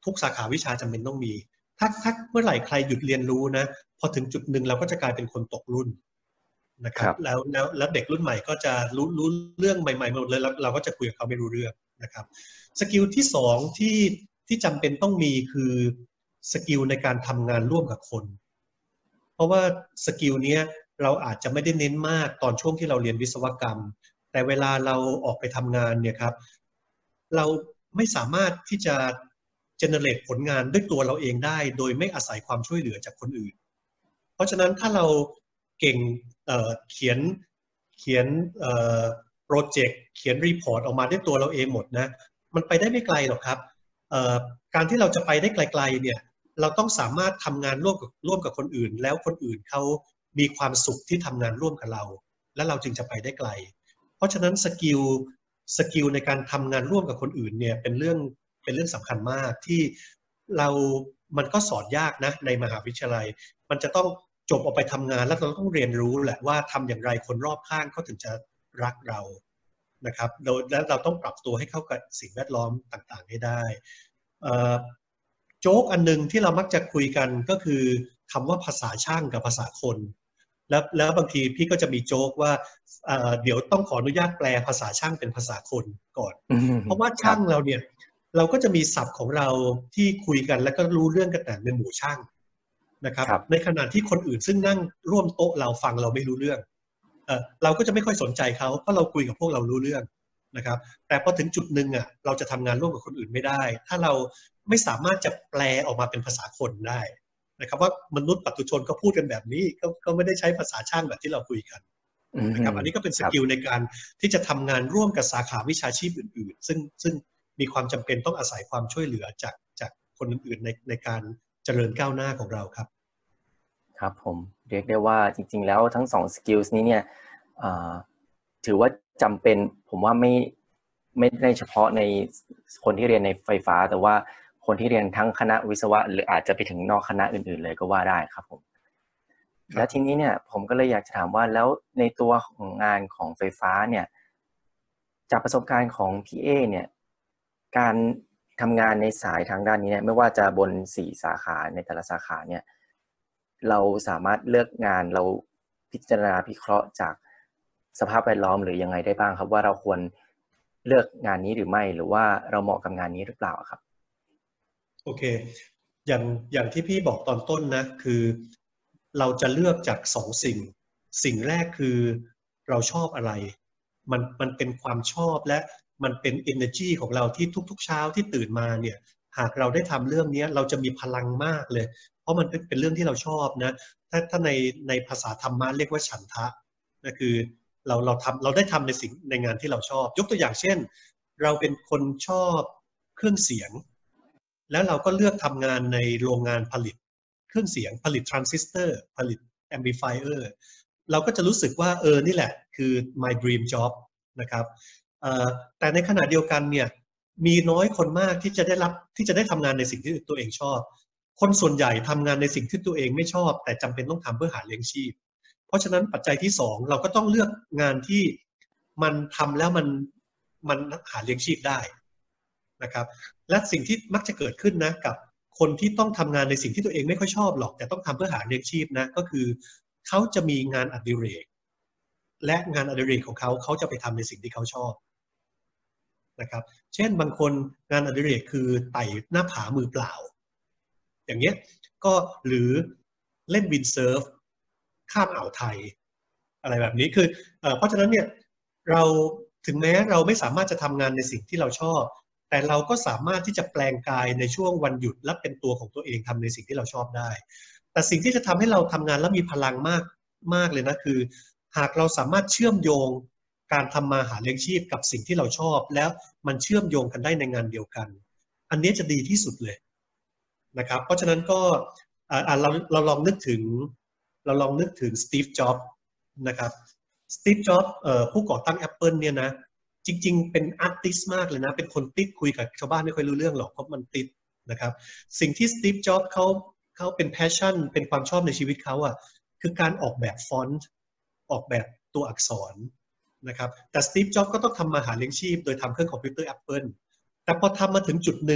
ทุกสาขาวิชาจำเป็นต้องมีถ้าถ้าเมื่อไหร่ใครหยุดเรียนรู้นะพอถึงจุดหนึ่งเราก็จะกลายเป็นคนตกรุ่นนะครับแล้วแล้วแล้วเด็กรุ่นใหม่ก็จะรู้รู้เรื่องใหม่ๆหมดเลยแล้วเราก็จะคุยกับเขาไม่รู้เรื่องนะครับสกิลที่สองที่ที่จำเป็นต้องมีคือสกิลในการทำงานร่วมกับคนเพราะว่าสกิลนี้เราอาจจะไม่ได้เน้นมากตอนช่วงที่เราเรียนวิศวกรรมแต่เวลาเราออกไปทำงานเนี่ยครับเราไม่สามารถที่จะgenerate ผลงานด้วยตัวเราเองได้โดยไม่อาศัยความช่วยเหลือจากคนอื่นเพราะฉะนั้นถ้าเราเก่ง เอ่อ เขียนเขียนโปรเจกต์เขียนรีพอร์ตออกมาด้วยตัวเราเองหมดนะมันไปได้ไม่ไกลหรอกครับการที่เราจะไปได้ไกลๆเนี่ยเราต้องสามารถทำงานร่วมกับร่วมกับคนอื่นแล้วคนอื่นเขามีความสุขที่ทำงานร่วมกับเราและเราจึงจะไปได้ไกลเพราะฉะนั้นสกิลสกิลในการทำงานร่วมกับคนอื่นเนี่ยเป็นเรื่องเป็นเรื่องสำคัญมากที่เรามันก็สอนยากนะในมหาวิทยาลัยมันจะต้องจบออกไปทำงานแล้วเราต้องเรียนรู้แหละว่าทำอย่างไรคนรอบข้างเขาถึงจะรักเรานะครับโดยแล้วเราต้องปรับตัวให้เข้ากับสิ่งแวดล้อมต่างๆให้ได้โจ๊กอันนึงที่เรามักจะคุยกันก็คือคำว่าภาษาช่างกับภาษาคนแล้วแล้วบางทีพี่ก็จะมีโจ๊กว่าเดี๋ยวต้องขออนุญาตแปลภาษาช่างเป็นภาษาคนก่อนเพราะว่าช่างเราเนี่ยเราก็จะมีศัพท์ของเราที่คุยกันแล้วก็รู้เรื่องกันแต่ในหมู่ช่างนะครับในขณะที่คนอื่นซึ่งนั่งร่วมโต๊ะเราฟังเราไม่รู้เรื่องเออเราก็จะไม่ค่อยสนใจเขาเพราะเราคุยกับพวกเรารู้เรื่องนะครับแต่พอถึงจุดหนึ่งอ่ะเราจะทำงานร่วมกับคนอื่นไม่ได้ถ้าเราไม่สามารถจะแปลออกมาเป็นภาษาคนได้นะครับว่ามนุษย์ปัจจุชนก็พูดกันแบบนี้ก็ก็ไม่ได้ใช้ภาษาช่างแบบที่เราคุยกันนะครับอันนี้ก็เป็นสกิลในการที่จะทำงานร่วมกับสาขาวิชาชีพอื่นๆซึ่งซึ่งมีความจำเป็นต้องอาศัยความช่วยเหลือจากจากคนอื่นๆในในการเจริญก้าวหน้าของเราครับครับผมเรียกได้ว่าจริงๆแล้วทั้งสองสกิลนี้เนี่ยถือว่าจำเป็นผมว่าไม่ไม่ได้เฉพาะในคนที่เรียนในไฟฟ้าแต่ว่าคนที่เรียนทั้งคณะวิศวะหรืออาจจะไปถึงนอกคณะอื่นๆเลยก็ว่าได้ครับผมแล้วทีนี้เนี่ยผมก็เลยอยากจะถามว่าแล้วในตัวของงานของไฟฟ้าเนี่ยจากประสบการณ์ของพี่เอเนี่ยการทำงานในสายทางด้านนี้เนี่ยไม่ว่าจะบนสี่สาขาในแต่ละสาขาเนี่ยเราสามารถเลือกงานเราพิจารณาพิเคราะห์จากสภาพแวดล้อมหรือยังไงได้บ้างครับว่าเราควรเลือกงานนี้หรือไม่หรือว่าเราเหมาะกับงานนี้หรือเปล่าครับโอเคอย่างอย่างที่พี่บอกตอนต้นนะคือเราจะเลือกจากสองสิ่งสิ่งแรกคือเราชอบอะไรมันมันเป็นความชอบและมันเป็น energy ของเราที่ทุกๆเช้าที่ตื่นมาเนี่ยหากเราได้ทำเรื่องนี้เราจะมีพลังมากเลยเพราะมันเป็นเรื่องที่เราชอบนะถ้าถ้าในในภาษาธรรมะเรียกว่าฉันทะนั่นคือเราเราทำเราได้ทำในสิ่งในงานที่เราชอบยกตัวอย่างเช่นเราเป็นคนชอบเครื่องเสียงแล้วเราก็เลือกทำงานในโรงงานผลิตเครื่องเสียงผลิตทรานซิสเตอร์ผลิตแอมพลิฟายเออร์เราก็จะรู้สึกว่าเออนี่แหละคือ my dream job นะครับแต่ในขณะเดียวกันเนี่ยมีน้อยคนมากที่จะได้รับที่จะได้ทำงานในสิ่งที่ตัวเองชอบคนส่วนใหญ่ทำงานในสิ่งที่ตัวเองไม่ชอบแต่จำเป็นต้องทำเพื่อหาเลี้ยงชีพเพราะฉะนั้นปัจจัยที่สองเราก็ต้องเลือกงานที่มันทำแล้วมันมันหาเลี้ยงชีพได้นะครับและสิ่งที่มักจะเกิดขึ้นนะกับคนที่ต้องทำงานในสิ่งที่ตัวเองไม่ค่อยชอบหรอกแต่ต้องทำเพื่อหาเลี้ยงชีพนะก็คือเขาจะมีงานอดิเรกและงานอดิเรกของเขาเขาจะไปทำในสิ่งที่เขาชอบนะครับเช่นบางคนงานอดิเรกคือไต่หน้าผามือเปล่าอย่างเงี้ยก็หรือเล่นวินเซิร์ฟข้ามอ่าวไทยอะไรแบบนี้คือเอ่อเพราะฉะนั้นเนี่ยเราถึงแม้เราไม่สามารถจะทำงานในสิ่งที่เราชอบแต่เราก็สามารถที่จะแปลงกายในช่วงวันหยุดและเป็นตัวของตัวเองทำในสิ่งที่เราชอบได้แต่สิ่งที่จะทำให้เราทำงานแล้วมีพลังมากมากเลยนะคือหากเราสามารถเชื่อมโยงการทำมาหาเลี้ยงชีพกับสิ่งที่เราชอบแล้วมันเชื่อมโยงกันได้ในงานเดียวกันอันนี้จะดีที่สุดเลยนะครับเพราะฉะนั้นก็เราเราลองนึกถึงเราลองนึกถึงสตีฟจ็อบส์นะครับสตีฟจ็อบส์ผู้ก่อตั้ง Apple เนี่ยนะจริงๆเป็นอาร์ติสต์มากเลยนะเป็นคนติดคุยกับชาวบ้านไม่ค่อยรู้เรื่องหรอกเพราะมันติดนะครับสิ่งที่สตีฟจ็อบส์เขาเขาเป็นแพชชั่นเป็นความชอบในชีวิตเขาอ่ะคือการออกแบบฟอนต์ออกแบบตัวอักษรนะครับแต่สตีฟจ็อบส์ก็ต้องทำมาหาเลี้ยงชีพโดยทำเครื่องคอมพิวเตอร์ Apple แต่พอทำมาถึงจุดหนึ่ง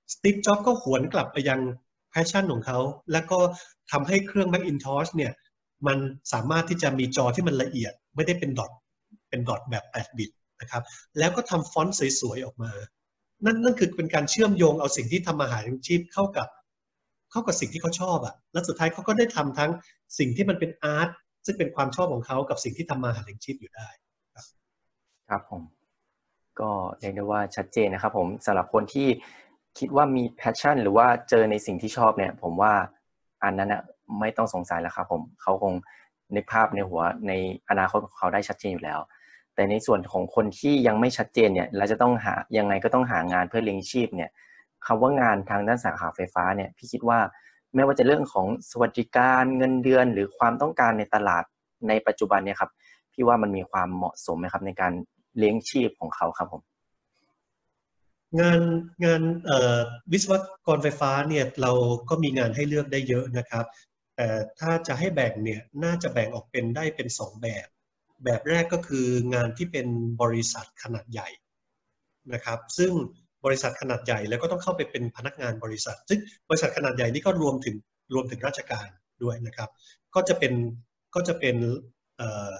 สตีฟ จ็อบส์ก็หวนกลับไปยังแพชชั่นของเขาแล้วก็ทำให้เครื่อง Macintosh เนี่ยมันสามารถที่จะมีจอที่มันละเอียดไม่ได้เป็นดอทเป็นดอทแบบแปดบิตนะครับแล้วก็ทำฟอนต์สวยๆออกมานั่นนั่นคือเป็นการเชื่อมโยงเอาสิ่งที่ทำมาหาเลี้ยงชีพเข้ากับเข้ากับสิ่งที่เขาชอบอะแล้วสุดท้ายเขาก็ได้ทำทั้งสิ่งที่มันเป็นอาร์ตซึ่งเป็นความชอบของเขากับสิ่งที่ทำมาหาเลี้ยงชีพอยู่ได้ครับครับผมก็เรียกได้ว่าชัดเจนนะครับผมสำหรับคนที่คิดว่ามีแพชชั่นหรือว่าเจอในสิ่งที่ชอบเนี่ยผมว่าอันนั้นนะไม่ต้องสงสัยแล้วครับผมเขาคงนึกภาพในหัวในอนาคตของเขาได้ชัดเจนอยู่แล้วแต่ในส่วนของคนที่ยังไม่ชัดเจนเนี่ยเราจะต้องหายังไงก็ต้องหางานเพื่อเลี้ยงชีพเนี่ยคำว่างานทางด้านสาขาไฟฟ้าเนี่ยพี่คิดว่าไม่ว่าจะเรื่องของสวัสดิการเงินเดือนหรือความต้องการในตลาดในปัจจุบันเนี่ยครับพี่ว่ามันมีความเหมาะสมไหมครับในการเลี้ยงชีพของเขาครับผมงานงานวิศวกรไฟฟ้าเนี่ยเราก็มีงานให้เลือกได้เยอะนะครับแต่ถ้าจะให้แบ่งเนี่ยน่าจะแบ่งออกเป็นได้เป็นสองแบบแบบแรกก็คืองานที่เป็นบริษัทขนาดใหญ่นะครับซึ่งบริษัทขนาดใหญ่แล้วก็ต้องเข้าไปเป็นพนักงานบริษัทซึ่งบริษัทขนาดใหญ่นี่ก็รวมถึงรวมถึงราชการด้วยนะครับก็จะเป็นก็จะเป็นเอ่อ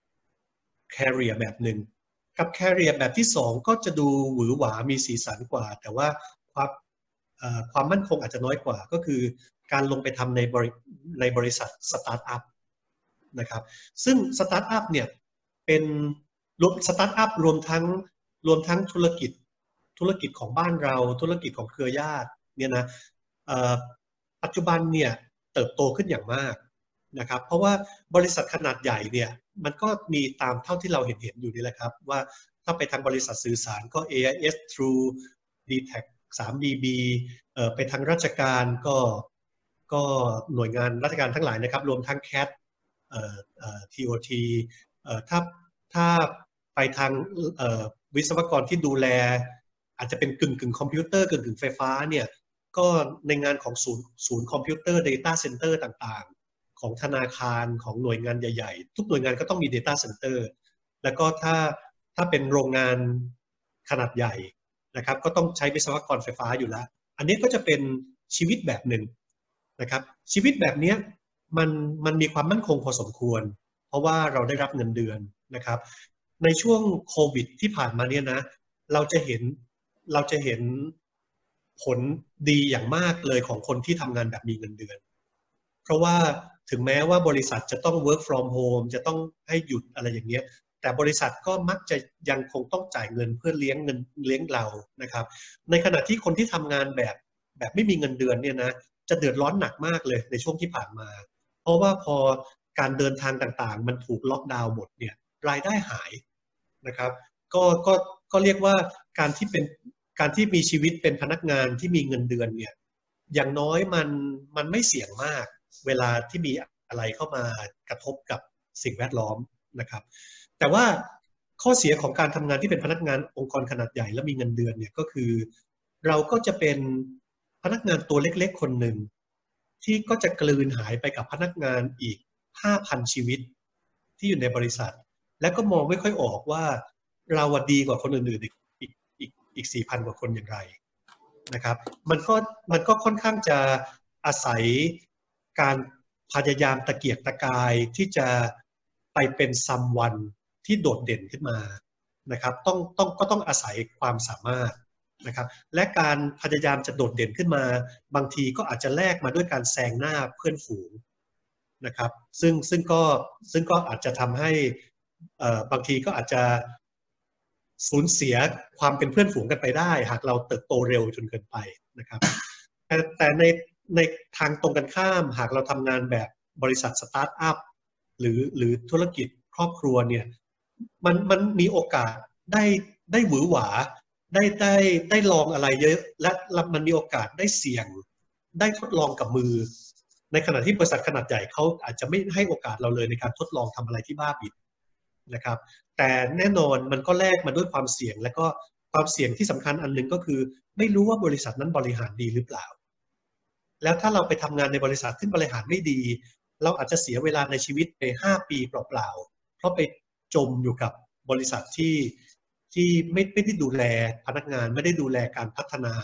career แบบหนึ่งกับ career แบบที่สองก็จะดูหวือหวามีสีสันกว่าแต่ว่าความความมั่นคงอาจจะน้อยกว่าก็คือการลงไปทำในบริในบริษัทสตาร์ทอัพนะครับซึ่งสตาร์ทอัพเนี่ยเป็นรวมสตาร์ทอัพรวมทั้งรวมทั้งธุรกิจธุรกิจของบ้านเราธุรกิจของเครือญาติเนี่ยนะปัจจุบันเนี่ยเติบโตขึ้นอย่างมากนะครับเพราะว่าบริษัทขนาดใหญ่เนี่ยมันก็มีตามเท่าที่เราเห็นเห็นอยู่นี่แหละครับว่าถ้าไปทางบริษัทสื่อสารก็ เอ ไอ เอส True ดี แท็ก ทรี บี บี เอ่อไปทางราชการก็ก็หน่วยงานราชการทั้งหลายนะครับรวมทั้ง แคท เอ่อเอ่อ ที โอ ที เอ่อถ้าถ้าไปทางเอ่อวิศวกรที่ดูแลอาจจะเป็นกึ่งกึ่งคอมพิวเตอร์กึ่งกึ่งไฟฟ้าเนี่ยก็ในงานของศูนย์ศูนย์คอมพิวเตอร์ Data Center ต่างๆของธนาคารของหน่วยงานใหญ่ๆทุกหน่วยงานก็ต้องมี Data Center แล้วก็ถ้าถ้าเป็นโรงงานขนาดใหญ่นะครับก็ต้องใช้วิศวกรไฟฟ้าอยู่แล้วอันนี้ก็จะเป็นชีวิตแบบหนึ่งนะครับชีวิตแบบนี้มันมันมีความมั่นคงพอสมควรเพราะว่าเราได้รับเงินเดือนนะครับในช่วงโควิดที่ผ่านมาเนี่ยนะเราจะเห็นเราจะเห็นผลดีอย่างมากเลยของคนที่ทำงานแบบมีเงินเดือนเพราะว่าถึงแม้ว่าบริษัทจะต้อง work from home จะต้องให้หยุดอะไรอย่างเงี้ยแต่บริษัทก็มักจะยังคงต้องจ่ายเงินเพื่อเลี้ยงเงินเลี้ยงเรานะครับในขณะที่คนที่ทำงานแบบแบบไม่มีเงินเดือนเนี่ยนะจะเดือดร้อนหนักมากเลยในช่วงที่ผ่านมาเพราะว่าพอการเดินทางต่างๆมันถูกล็อกดาวน์หมดเนี่ยรายได้หายนะครับก็ก็ก็เรียกว่าการที่เป็นการที่มีชีวิตเป็นพนักงานที่มีเงินเดือนเนี่ยอย่างน้อยมันมันไม่เสี่ยงมากเวลาที่มีอะไรเข้ามากระทบกับสิ่งแวดล้อมนะครับแต่ว่าข้อเสียของการทำงานที่เป็นพนักงานองค์กรขนาดใหญ่และมีเงินเดือนเนี่ยก็คือเราก็จะเป็นพนักงานตัวเล็กๆคนหนึ่งที่ก็จะกลืนหายไปกับพนักงานอีก ห้าพัน ชีวิตที่อยู่ในบริษัทและก็มองไม่ค่อยออกว่าเราดีกว่าคนอื่นๆอีกอีกอีกอีก สี่พัน กว่าคนอย่างไรนะครับมันก็มันก็ค่อนข้างจะอาศัยการพยายามตะเกียกตะกายที่จะไปเป็นซัมวันที่โดดเด่นขึ้นมานะครับต้องต้องก็ต้องอาศัยความสามารถนะครับและการพยายามจะโดดเด่นขึ้นมาบางทีก็อาจจะแลกมาด้วยการแซงหน้าเพื่อนฝูงนะครับซึ่งซึ่งก็ซึ่งก็อาจจะทำให้บางทีก็อาจจะสูญเสียความเป็นเพื่อนฝูงกันไปได้หากเราเติบโตเร็วจนเกินไปนะครับแต่แต่ในในทางตรงกันข้ามหากเราทำงานแบบบริษัทสตาร์ทอัพหรือหรือธุรกิจครอบครัวเนี่ยมันมันมีโอกาสได้ได้หวือหวาได้ได้ได้ลองอะไรเยอะและมันมีโอกาสได้เสี่ยงได้ทดลองกับมือในขณะที่บริษัทขนาดใหญ่เขาอาจจะไม่ให้โอกาสเราเลยในการทดลองทำอะไรที่บ้าบิดนะครับแต่แน่นอนมันก็แลกมาด้วยความเสี่ยงและก็ความเสี่ยงที่สำคัญอันหนึ่งก็คือไม่รู้ว่าบริษัทนั้นบริหารดีหรือเปล่าแล้วถ้าเราไปทำงานในบริษัทที่บริหารไม่ดีเราอาจจะเสียเวลาในชีวิตไปห้าปีเปล่าๆเพราะไปจมอยู่กับบริษัทที่ที่ไม่ไม่ได้ดูแลพนักงานไม่ได้ดูแลการพัฒนา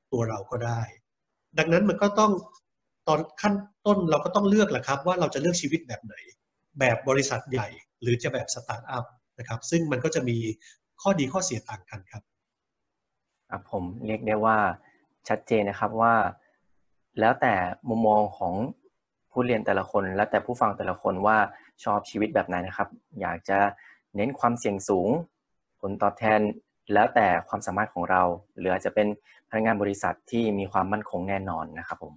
ตัวเราก็ได้ดังนั้นมันก็ต้องตอนขั้นต้นเราก็ต้องเลือกแหละครับว่าเราจะเลือกชีวิตแบบไหนแบบบริษัทใหญ่หรือจะแบบสตาร์ทอัพนะครับซึ่งมันก็จะมีข้อดีข้อเสียต่างกันครับครับผมเรียกได้ว่าชัดเจนนะครับว่าแล้วแต่มุมมองของผู้เรียนแต่ละคนและแต่ผู้ฟังแต่ละคนว่าชอบชีวิตแบบไหนนะครับอยากจะเน้นความเสี่ยงสูงผลตอบแทนแล้วแต่ความสามารถของเราหรืออาจจะเป็นพนักงานบริษัทที่มีความมั่นคงแน่นอนนะครับผม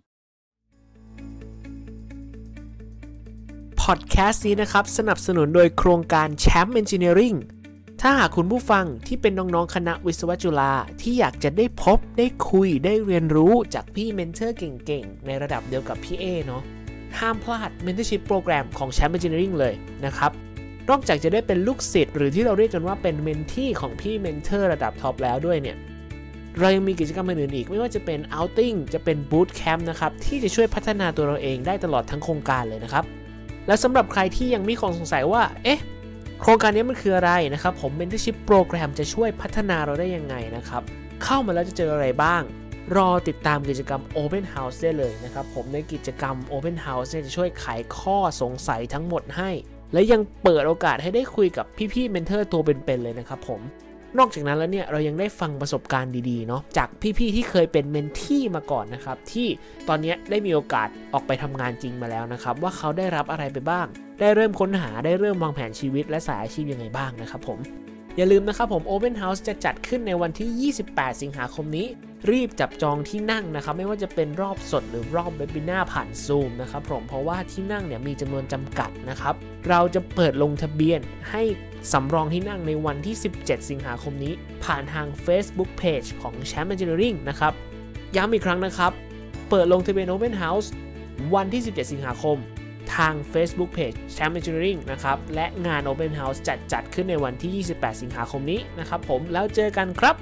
พอดแคสต์นี้นะครับสนับสนุนโดยโครงการแชมป์เอนจิเนียริงถ้าหากคุณผู้ฟังที่เป็นน้องๆคณะวิศวะจุฬาที่อยากจะได้พบได้คุยได้เรียนรู้จากพี่เมนเทอร์เก่งๆในระดับเดียวกับพี่เอเนาะห้ามพลาด Mentorship โปรแกรมของแชมป์เอนจิเนียริงเลยนะครับนอกจากจะได้เป็นลูกศิษย์หรือที่เราเรียกกันว่าเป็นเมนทีของพี่เมนเทอร์ระดับท็อปแล้วด้วยเนี่ยเรายังมีกิจกรรมอื่นๆอีกไม่ว่าจะเป็น outing จะเป็น boot camp นะครับที่จะช่วยพัฒนาตัวเราเองได้ตลอดทั้งโครงการเลยนะครับและสำหรับใครที่ยังมีข้อสงสัยว่าเอ๊ะโครงการนี้มันคืออะไรนะครับผม Mentorship โปรแกรมจะช่วยพัฒนาเราได้ยังไงนะครับเข้ามาแล้วจะเจออะไรบ้างรอติดตามกิจกรรม Open House ได้เลยนะครับผมในกิจกรรม Open House เนี่ยจะช่วยไขข้อสงสัยทั้งหมดให้และยังเปิดโอกาสให้ได้คุยกับพี่ๆเมนเทอร์ตัวเป็นๆเลยนะครับผมนอกจากนั้นแล้วเนี่ยเรายังได้ฟังประสบการณ์ดีๆเนาะจากพี่ๆที่เคยเป็นเมนทีมาก่อนนะครับที่ตอนนี้ได้มีโอกาสออกไปทำงานจริงมาแล้วนะครับว่าเขาได้รับอะไรไปบ้างได้เริ่มค้นหาได้เริ่มวางแผนชีวิตและสายอาชีพยังไงบ้างนะครับผมอย่าลืมนะครับผม Open House จะจัดขึ้นในวันที่ยี่สิบแปดสิงหาคมนี้รีบจับจองที่นั่งนะครับไม่ว่าจะเป็นรอบสดหรือรอบเว็บบินาร์ผ่าน Zoom นะครับผมเพราะว่าที่นั่งเนี่ยมีจำนวนจำกัดนะครับเราจะเปิดลงทะเบียนให้สำรองที่นั่งในวันที่สิบเจ็ดสิงหาคมนี้ผ่านทาง Facebook Page ของ Champ Engineering นะครับย้ำอีกครั้งนะครับเปิดลงทะเบียน Open House วันที่สิบเจ็ดสิงหาคมทาง Facebook Page Champ Engineering นะครับและงาน Open House จัดจัดขึ้นในวันที่ยี่สิบแปดสิงหาคมนี้นะครับผมแล้วเจอกันครับ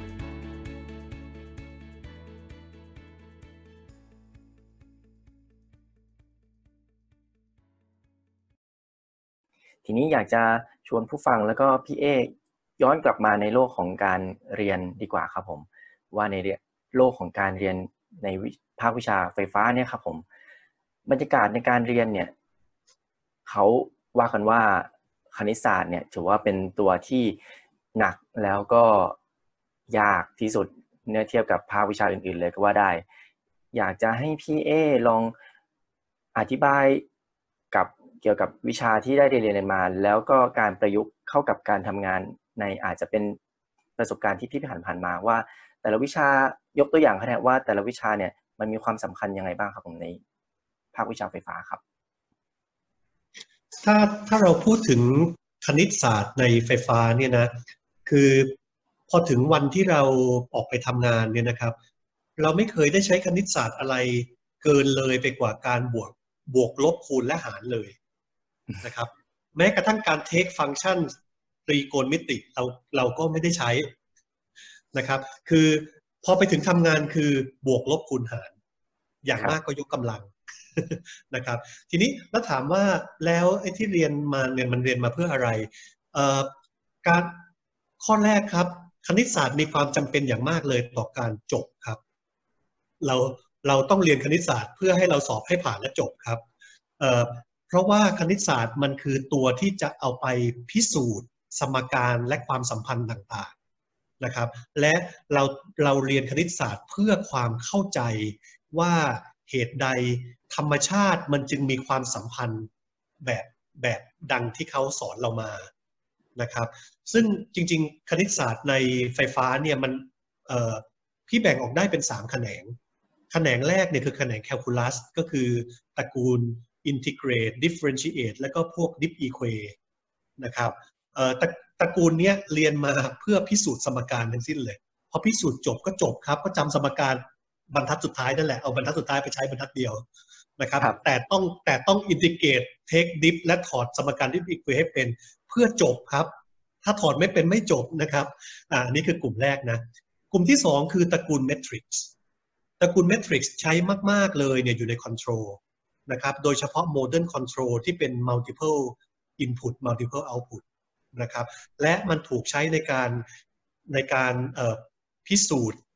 ทีนี้อยากจะชวนผู้ฟังแล้วก็พี่เอย้อนกลับมาในโลกของการเรียนดีกว่าครับผมว่าในโลกของการเรียนในภาควิชาไฟฟ้าเนี่ยครับผมบรรยากาศในการเรียนเนี่ยเขาว่ากันว่าคณิตศาสตร์เนี่ยถือว่าเป็นตัวที่หนักแล้วก็ยากที่สุดเมื่อเทียบกับภาควิชาอื่นๆเลยก็ว่าได้อยากจะให้พี่เอลองอธิบายกับเกี่ยวกับวิชาที่ได้เรียนมาแล้วก็การประยุกต์เข้ากับการทำงานในอาจจะเป็นประสบการณ์ที่พี่ผ่านผ่านมาว่าแต่ละวิชายกตัวอย่างครับว่าแต่ละวิชาเนี่ยมันมีความสำคัญยังไงบ้างครับผมในภาควิชาไฟฟ้าครับถ้าถ้าเราพูดถึงคณิตศาสตร์ในไฟฟ้าเนี่ยนะคือพอถึงวันที่เราออกไปทำงานเนี่ยนะครับเราไม่เคยได้ใช้คณิตศาสตร์อะไรเกินเลยไปกว่าการบวกบวกลบคูณและหารเลยนะครับแม้กระทั่งการเทคฟังก์ชันตรีโกณมิติเราเราก็ไม่ได้ใช้นะครับคือพอไปถึงทำงานคือบวกลบคูณหารอย่างมากก็ยกกำลังนะครับทีนี้แล้วถามว่าแล้วไอ้ที่เรียนมาเนี่ยมันเรียนมาเพื่ออะไรเอ่อการข้อแรกครับคณิตศาสตร์มีความจำเป็นอย่างมากเลยต่อการจบครับเราเราต้องเรียนคณิตศาสตร์เพื่อให้เราสอบให้ผ่านและจบครับเอ่อเพราะว่าคณิตศาสตร์มันคือตัวที่จะเอาไปพิสูจน์สมการและความสัมพันธ์ต่างๆนะครับและเราเราเรียนคณิตศาสตร์เพื่อความเข้าใจว่าเหตุใดธรรมชาติมันจึงมีความสัมพันธ์แบบแบบดังที่เขาสอนเรามานะครับซึ่งจริงๆคณิตศาสตร์ในไฟฟ้าเนี่ยมันเอ่อพี่แบ่งออกได้เป็นสามแขนงแขนงแรกเนี่ยคือแขนงแคลคูลัสก็คือตระกูล integrate differentiate แล้วก็พวก dip equa นะครับเอ่อตระตระกูลเนี้ยเรียนมาเพื่อพิสูจน์สมการทั้งสิ้นเลยพอพิสูจน์จบก็จบครับก็จำสมการบรรทัดสุดท้ายนั่นแหละเอาบรรทัดสุดท้ายไปใช้บรรทัดเดียวนะครับแต่ต้องแต่ต้อง integrate take dip และถอดสมการ dip equa ให้เป็นเพื่อจบครับถ้าถอดไม่เป็นไม่จบนะครับอ่านี่คือกลุ่มแรกนะกลุ่มที่สองคือตระกูล matrix ตระกูล matrix ใช้มากๆเลยเนี่ยอยู่ใน control นะครับโดยเฉพาะ modern control ที่เป็น multiple input multiple output นะครับและมันถูกใช้ในการในการพิสูจน์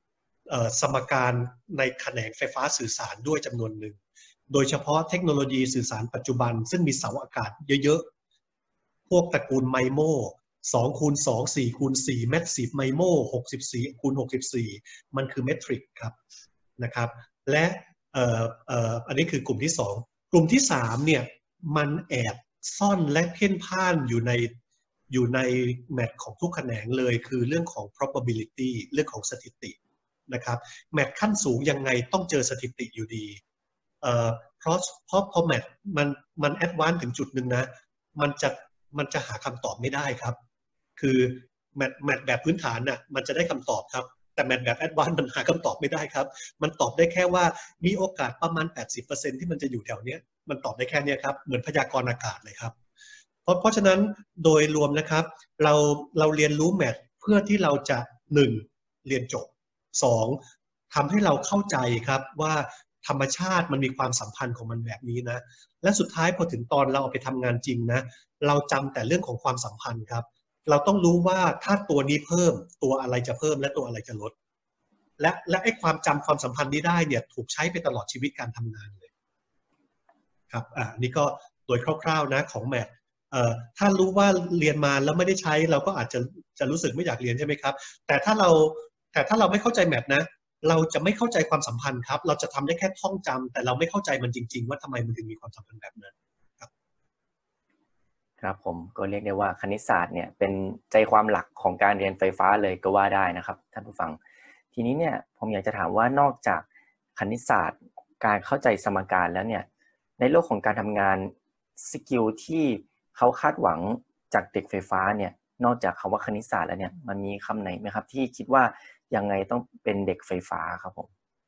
สมการในแขนงไฟฟ้าสื่อสารด้วยจำนวนหนึ่งโดยเฉพาะเทคโนโลยีสื่อสารปัจจุบันซึ่งมีเสาอากาศเยอะๆพวกตระกูลไมโมสองคูณสอง สี่คูณสี่แมสซีฟไมโมหกสิบสี่คูณหกสิบสี่มันคือเมทริกครับนะครับและเอ่อเอ่ออันนี้คือกลุ่มที่สองกลุ่มที่สามเนี่ยมันแอบซ่อนและเพ่นพ่านอยู่ในอยู่ในแมทของทุกแขนงเลยคือเรื่องของ probability เรื่องของสถิตินะครับแมทขั้นสูงยังไงต้องเจอสถิติอยู่ดีเอ่อเพราะเพราะพอแมทมันมันแอดวานซ์ถึงจุดหนึ่งนะมันจะมันจะหาคำตอบไม่ได้ครับคือแมทแมทแบบพื้นฐานน่ะมันจะได้คำตอบครับแต่แมทแบบแอดวานซ์มันหาคำตอบไม่ได้ครับมันตอบได้แค่ว่ามีโอกาสประมาณ แปดสิบเปอร์เซ็นต์ ที่มันจะอยู่แถวเนี้ยมันตอบได้แค่นี้ครับเหมือนพยากรณ์อากาศเลยครับเพราะเพราะฉะนั้นโดยรวมนะครับเราเราเรียนรู้แมทเพื่อที่เราจะหนึ่งเรียนจบสองทำให้เราเข้าใจครับว่าธรรมชาติมันมีความสัมพันธ์ของมันแบบนี้นะและสุดท้ายพอถึงตอนเราเอาไปทำงานจริงนะเราจำแต่เรื่องของความสัมพันธ์ครับเราต้องรู้ว่าถ้าตัวนี้เพิ่มตัวอะไรจะเพิ่มและตัวอะไรจะลดและและไอ้ความจำความสัมพันธ์นี้ได้เนี่ยถูกใช้ไปตลอดชีวิตการทำงานเลยครับอ่านี่ก็โดยคร่าวๆนะของแมทเอ่อถ้ารู้ว่าเรียนมาแล้วไม่ได้ใช้เราก็อาจจะจะรู้สึกไม่อยากเรียนใช่ไหมครับแต่ถ้าเราแต่ถ้าเราไม่เข้าใจแมทนะเราจะไม่เข้าใจความสัมพันธ์ครับเราจะทำได้แค่ท่องจำแต่เราไม่เข้าใจมันจริงๆว่าทำไมมันถึงมีความสัมพันธ์แบบนั้นครับครับผมก็เรียกได้ว่าคณิตศาสตร์เนี่ยเป็นใจความหลักของการเรียนไฟฟ้าเลยก็ว่าได้นะครับท่านผู้ฟังทีนี้เนี่ยผมอยากจะถามว่านอกจากคณิตศาสตร์การเข้าใจสมการแล้วเนี่ยในโลกของการทำงานสกิลที่เขาคาดหวังจากเด็กไฟฟ้าเนี่ยนอกจากคำว่าคณิตศาสตร์แล้วเนี่ยมันมีคำไหนไหมครับที่คิดว่ายังไงต้องเป็นเด็กไฟฟ้าครับผม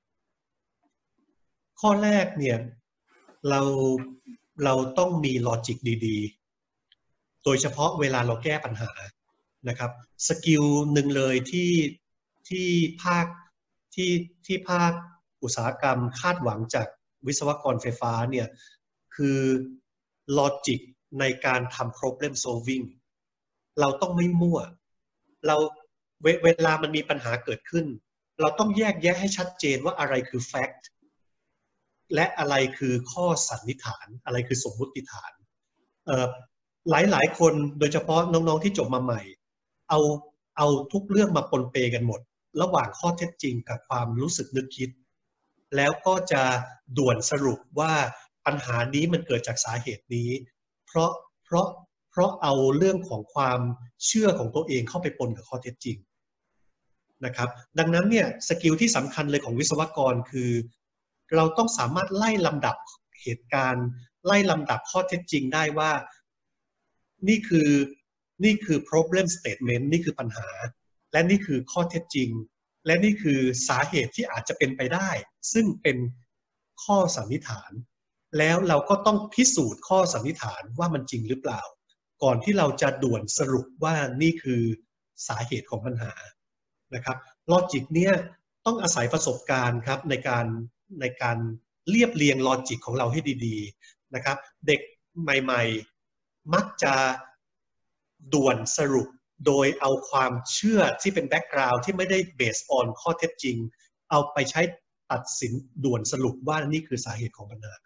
ข้อแรกเนี่ยเราเราต้องมีลอจิกดีๆโดยเฉพาะเวลาเราแก้ปัญหานะครับสกิลหนึ่งเลยที่ที่ภาคที่ที่ภาคอุตสาหกรรมคาดหวังจากวิศวกรไฟฟ้าเนี่ยคือลอจิกในการทำ problem solving เราต้องไม่มั่วเราเวเวลามันมีปัญหาเกิดขึ้นเราต้องแยกแยะให้ชัดเจนว่าอะไรคือ fact และอะไรคือข้อสันนิษฐานอะไรคือสมมุติฐานเอ่อหลายๆคนโดยเฉพาะน้องๆที่จบมาใหม่เอาเอาทุกเรื่องมาปนเปกันหมดระหว่างข้อเท็จจริงกับความรู้สึกนึกคิดแล้วก็จะด่วนสรุปว่าปัญหานี้มันเกิดจากสาเหตุนี้เพราะเพราะเพราะเอาเรื่องของความเชื่อของตัวเองเข้าไปปนกับข้อเท็จจริงนะครับดังนั้นเนี่ยสกิลที่สำคัญเลยของวิศวกรคือเราต้องสามารถไล่ลำดับเหตุการณ์ไล่ลำดับข้อเท็จจริงได้ว่านี่คือนี่คือ problem statement นี่คือปัญหาและนี่คือข้อเท็จจริงและนี่คือสาเหตุที่อาจจะเป็นไปได้ซึ่งเป็นข้อสันนิษฐานแล้วเราก็ต้องพิสูจน์ข้อสันนิษฐานว่ามันจริงหรือเปล่าก่อนที่เราจะด่วนสรุปว่านี่คือสาเหตุของปัญหานะครับลอจิกเนี่ยต้องอาศัยประสบการณ์ครับในการในการเรียบเรียงลอจิกของเราให้ดีๆนะครับเด็กใหม่ๆมักจะด่วนสรุปโดยเอาความเชื่อที่เป็นแบ็กกราวด์ที่ไม่ได้เบสออนข้อเท็จจริงเอาไปใช้ตัดสินด่วนสรุปว่านี่คือสาเหตุของปัญหา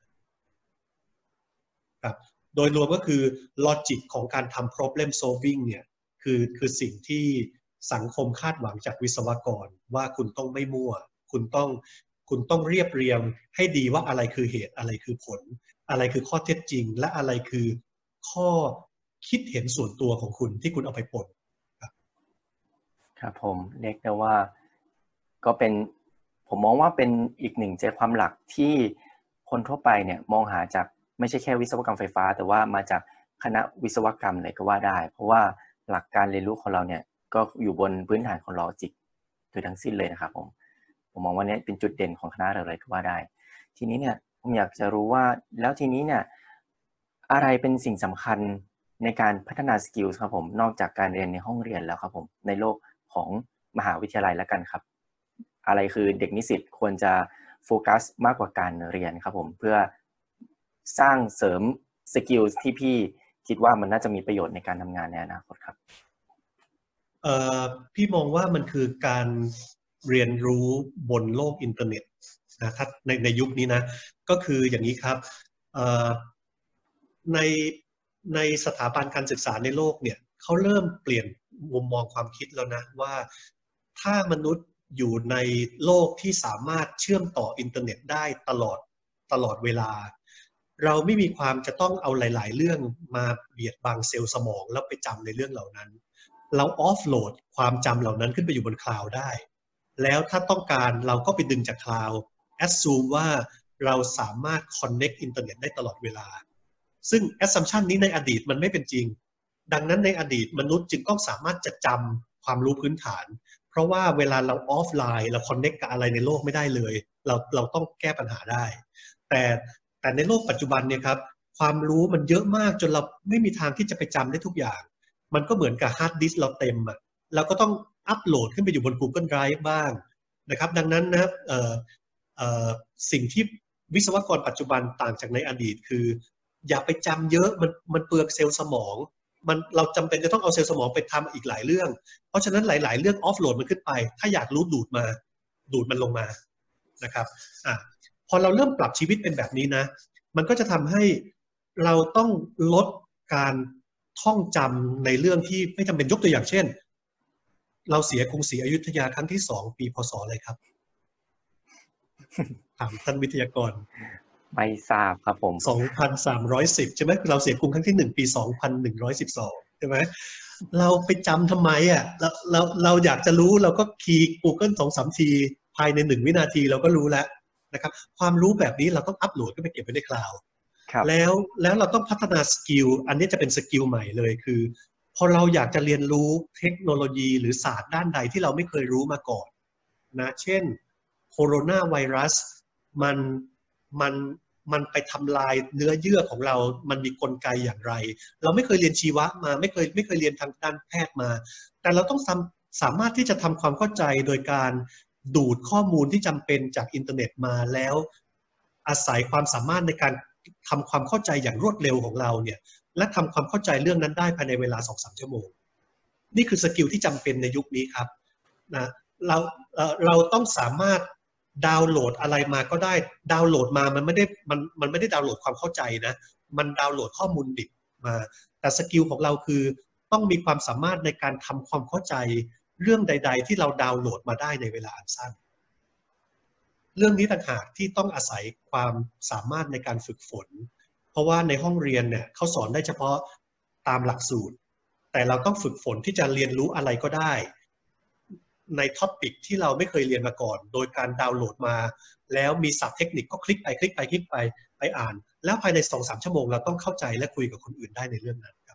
ครับโดยรวมก็คือลอจิกของการทำ problem solving เนี่ยคือคือสิ่งที่สังคมคาดหวังจากวิศวกรว่าคุณต้องไม่มั่วคุณต้องคุณต้องเรียบเรียงให้ดีว่าอะไรคือเหตุอะไรคือผลอะไรคือข้อเท็จจริงและอะไรคือข้อคิดเห็นส่วนตัวของคุณที่คุณเอาไปปนครับครับผมเรียกได้ว่าก็เป็นผมมองว่าเป็นอีกหนึ่งใจความหลักที่คนทั่วไปเนี่ยมองหาจากไม่ใช่แค่วิศวกรรมไฟฟ้าแต่ว่ามาจากคณะวิศวกรรมเลยก็ว่าได้เพราะว่าหลักการเรียนรู้ของเราเนี่ยก็อยู่บนพื้นฐานของลอจิกโดยทั้งสิ้นเลยนะครับผมผมมองว่านี้เป็นจุดเด่นของคณะเราเลยก็ว่าได้ทีนี้เนี่ยผมอยากจะรู้ว่าแล้วทีนี้เนี่ยอะไรเป็นสิ่งสำคัญในการพัฒนาสกิลครับผมนอกจากการเรียนในห้องเรียนแล้วครับผมในโลกของมหาวิทยาลัยแล้วกันครับอะไรคือเด็กนิสิตควรจะโฟกัสมากกว่าการเรียนครับผมเพื่อสร้างเสริมสกิลที่พี่คิดว่ามันน่าจะมีประโยชน์ในการทำงานในอนาคตครับเอ่อพี่มองว่ามันคือการเรียนรู้บนโลกอินเทอร์เน็ตนะถ้าในในยุคนี้นะก็คืออย่างนี้ครับในในสถาบันการศึกษาในโลกเนี่ยเขาเริ่มเปลี่ยนมุมมองความคิดแล้วนะว่าถ้ามนุษย์อยู่ในโลกที่สามารถเชื่อมต่ออินเทอร์เน็ตได้ตลอดตลอดเวลาเราไม่มีความจะต้องเอาหลายๆเรื่องมาเบียดบังเซลล์สมองแล้วไปจำในเรื่องเหล่านั้นเราออฟโหลดความจำเหล่านั้นขึ้นไปอยู่บนคลาวด์ได้แล้วถ้าต้องการเราก็ไปดึงจากคลาวด์แอสซูมว่าเราสามารถคอนเน็กต์อินเทอร์เน็ตได้ตลอดเวลาซึ่งแอสซัมชันนี้ในอดีตมันไม่เป็นจริงดังนั้นในอดีตมนุษย์จึงต้องสามารถจะจำความรู้พื้นฐานเพราะว่าเวลาเราออฟไลน์เราคอนเน็กต์กับอะไรในโลกไม่ได้เลยเราเราต้องแก้ปัญหาได้แต่แต่ในโลกปัจจุบันเนี่ยครับความรู้มันเยอะมากจนเราไม่มีทางที่จะไปจำได้ทุกอย่างมันก็เหมือนกับฮาร์ดดิสก์เราเต็มอ่ะเราก็ต้องอัปโหลดขึ้นไปอยู่บน Google Drive บ้างนะครับดังนั้นนะเอ่อเอ่อสิ่งที่วิศวกรปัจจุบันต่างจากในอดีตคืออย่าไปจำเยอะมันมันเปลืองเซลล์สมองมันเราจำเป็นจะต้องเอาเซลล์สมองไปทำอีกหลายเรื่องเพราะฉะนั้นหลายๆเรื่องออฟโหลดมันขึ้นไปถ้าอยากรู้ดูดมาดูดมันลงมานะครับอ่ะพอเราเริ่มปรับชีวิตเป็นแบบนี้นะมันก็จะทำให้เราต้องลดการท่องจำในเรื่องที่ไม่จำเป็นยกตัวอย่างเช่นเราเสียกรุงศรีอยุธยาครั้งที่สองปีพศอะไรครับ ถามท่านวิทยากรไม่ทราบครับผมสองพันสามร้อยสิบใช่ไหมเราเสียกรุงครั้งที่หนึ่งปีสองพันหนึ่งร้อยสิบสองใช่ไหมเราไปจำทำไมอ่ะเราเราเราอยากจะรู้เราก็คีย์ Google สองสามทีภายในหนึ่งวินาทีเราก็รู้แล้วนะครับความรู้แบบนี้เราต้องอัปโหลดขึ้นไปเก็บไว้ในคลาวด์แล้วแล้วเราต้องพัฒนาสกิลอันนี้จะเป็นสกิลใหม่เลยคือพอเราอยากจะเรียนรู้เทคโนโลยีหรือศาสตร์ด้านใดที่เราไม่เคยรู้มาก่อนนะเช่นโคโรนาไวรัสมันมันมันไปทำลายเนื้อเยื่อของเรามันมีกลไกอย่างไรเราไม่เคยเรียนชีวะมาไม่เคยไม่เคยเรียนทางด้านแพทย์มาแต่เราต้องสามารถที่จะทำความเข้าใจโดยการดูดข้อมูลที่จำเป็นจากอินเทอร์เน็ตมาแล้วอาศัยความสามารถในการทำความเข้าใจอย่างรวดเร็วของเราเนี่ยและทำความเข้าใจเรื่องนั้นได้ภายในเวลา สองถึงสาม ชั่วโมงนี่คือสกิลที่จำเป็นในยุคนี้ครับนะเราเอ่อเราต้องสามารถดาวน์โหลดอะไรมาก็ได้ดาวน์โหลดมามันไม่ได้มันมันไม่ได้ดาวน์โหลดความเข้าใจนะมันดาวน์โหลดข้อมูลดิบมาแต่สกิลของเราคือต้องมีความสามารถในการทำความเข้าใจเรื่องใดๆที่เราดาวน์โหลดมาได้ในเวลาอันสั้นเรื่องนี้ต่างหากที่ต้องอาศัยความสามารถในการฝึกฝนเพราะว่าในห้องเรียนเนี่ยเขาสอนได้เฉพาะตามหลักสูตรแต่เราต้องฝึกฝนที่จะเรียนรู้อะไรก็ได้ในท็อปิกที่เราไม่เคยเรียนมาก่อนโดยการดาวน์โหลดมาแล้วมีศัพท์เทคนิคก็คลิกไปคลิกไปคลิกไปไปอ่านแล้วภายใน สองถึงสาม ชั่วโมงเราต้องเข้าใจและคุยกับคนอื่นได้ในเรื่องนั้นครับ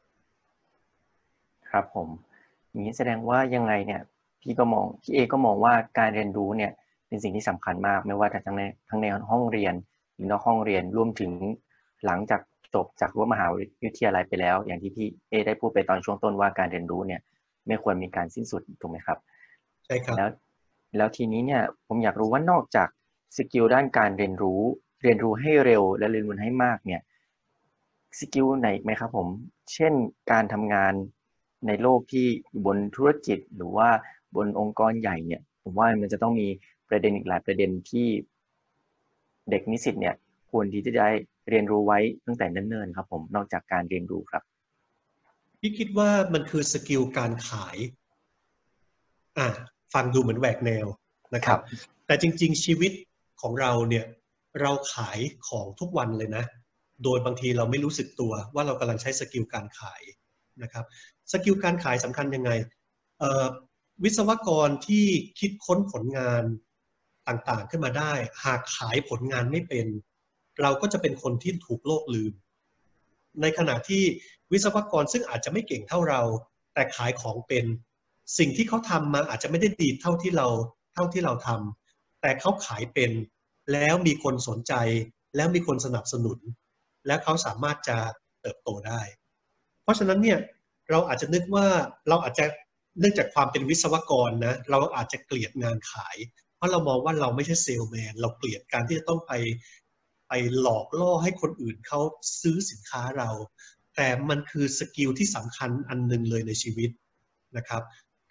ครับผมอย่างนี้แสดงว่ายังไงเนี่ยพี่ก็มองพี่เอก็มองว่าการเรียนรู้เนี่ยเป็นสิ่งที่สำคัญมากไม่ว่าจะทั้งในทั้งในห้องเรียนหรือนอกห้องเรียนรวมถึงหลังจากจบจากรั้วมหาวิทยาลัยไปแล้วอย่างที่พี่เอได้พูดไปตอนช่วงต้นว่าการเรียนรู้เนี่ยไม่ควรมีการสิ้นสุดถูกไหมครับใช่ครับแล้วแล้วทีนี้เนี่ยผมอยากรู้ว่านอกจากสกิลด้านการเรียนรู้เรียนรู้ให้เร็วและเรียนรู้ให้มากเนี่ยสกิลไหนไหมครับผมเช่นการทำงานในโลกที่บนธุรกิจหรือว่าบนองค์กรใหญ่เนี่ยผมว่ามันจะต้องมีประเด็นอีกหลายประเด็นที่เด็กนิสิตเนี่ยควรที่จะได้เรียนรู้ไว้ตั้งแต่เนิ่นๆครับผมนอกจากการเรียนรู้ครับพี่คิดว่ามันคือสกิลการขายอ่ะฟังดูเหมือนแหวกแนวนะครับแต่จริงๆชีวิตของเราเนี่ยเราขายของทุกวันเลยนะโดยบางทีเราไม่รู้สึกตัวว่าเรากำลังใช้สกิลการขายนะครับสกิลการขายสำคัญยังไงวิศวกรที่คิดค้นผลงานต่างๆขึ้นมาได้หากขายผลงานไม่เป็นเราก็จะเป็นคนที่ถูกโลกลืมในขณะที่วิศวกรซึ่งอาจจะไม่เก่งเท่าเราแต่ขายของเป็นสิ่งที่เขาทำมาอาจจะไม่ได้ดีเท่าที่เราเท่าที่เราทำแต่เขาขายเป็นแล้วมีคนสนใจแล้วมีคนสนับสนุนและเขาสามารถจะเติบโตได้เพราะฉะนั้นเนี่ยเราอาจจะนึกว่าเราอาจจะเนื่องจากความเป็นวิศวกรนะเราอาจจะเกลียดงานขายเพราะเรามองว่าเราไม่ใช่เซลส์แมนเราเกลียดการที่จะต้องไปไปหลอกล่อให้คนอื่นเขาซื้อสินค้าเราแต่มันคือสกิลที่สำคัญอันนึงเลยในชีวิตนะครับ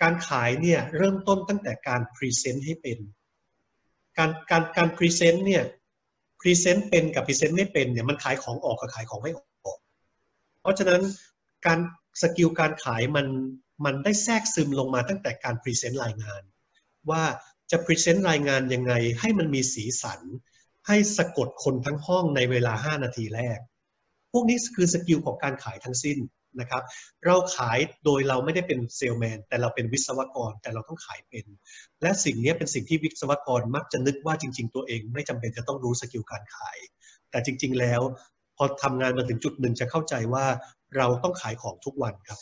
การขายเนี่ยเริ่มต้นตั้งแต่การพรีเซนต์ให้เป็นการการการพรีเซนต์เนี่ยพรีเซนต์เป็นกับพรีเซนต์ไม่เป็นเนี่ยมันขายของออกกับขายของไม่ออกเพราะฉะนั้นการสกิลการขายมันมันได้แทรกซึมลงมาตั้งแต่การพรีเซนต์รายงานว่าจะพรีเซนต์รายงานยังไงให้มันมีสีสันให้สะกดคนทั้งห้องในเวลาห้านาทีแรกพวกนี้คือสกิลของการขายทั้งสิ้นนะครับเราขายโดยเราไม่ได้เป็นเซลแมนแต่เราเป็นวิศวกรแต่เราต้องขายเป็นและสิ่งนี้เป็นสิ่งที่วิศวกรมักจะนึกว่าจริงๆตัวเองไม่จำเป็นจะต้องรู้สกิลการขายแต่จริงๆแล้วพอทำงานมาถึงจุดหนึ่งจะเข้าใจว่าเราต้องขายของทุกวันครับ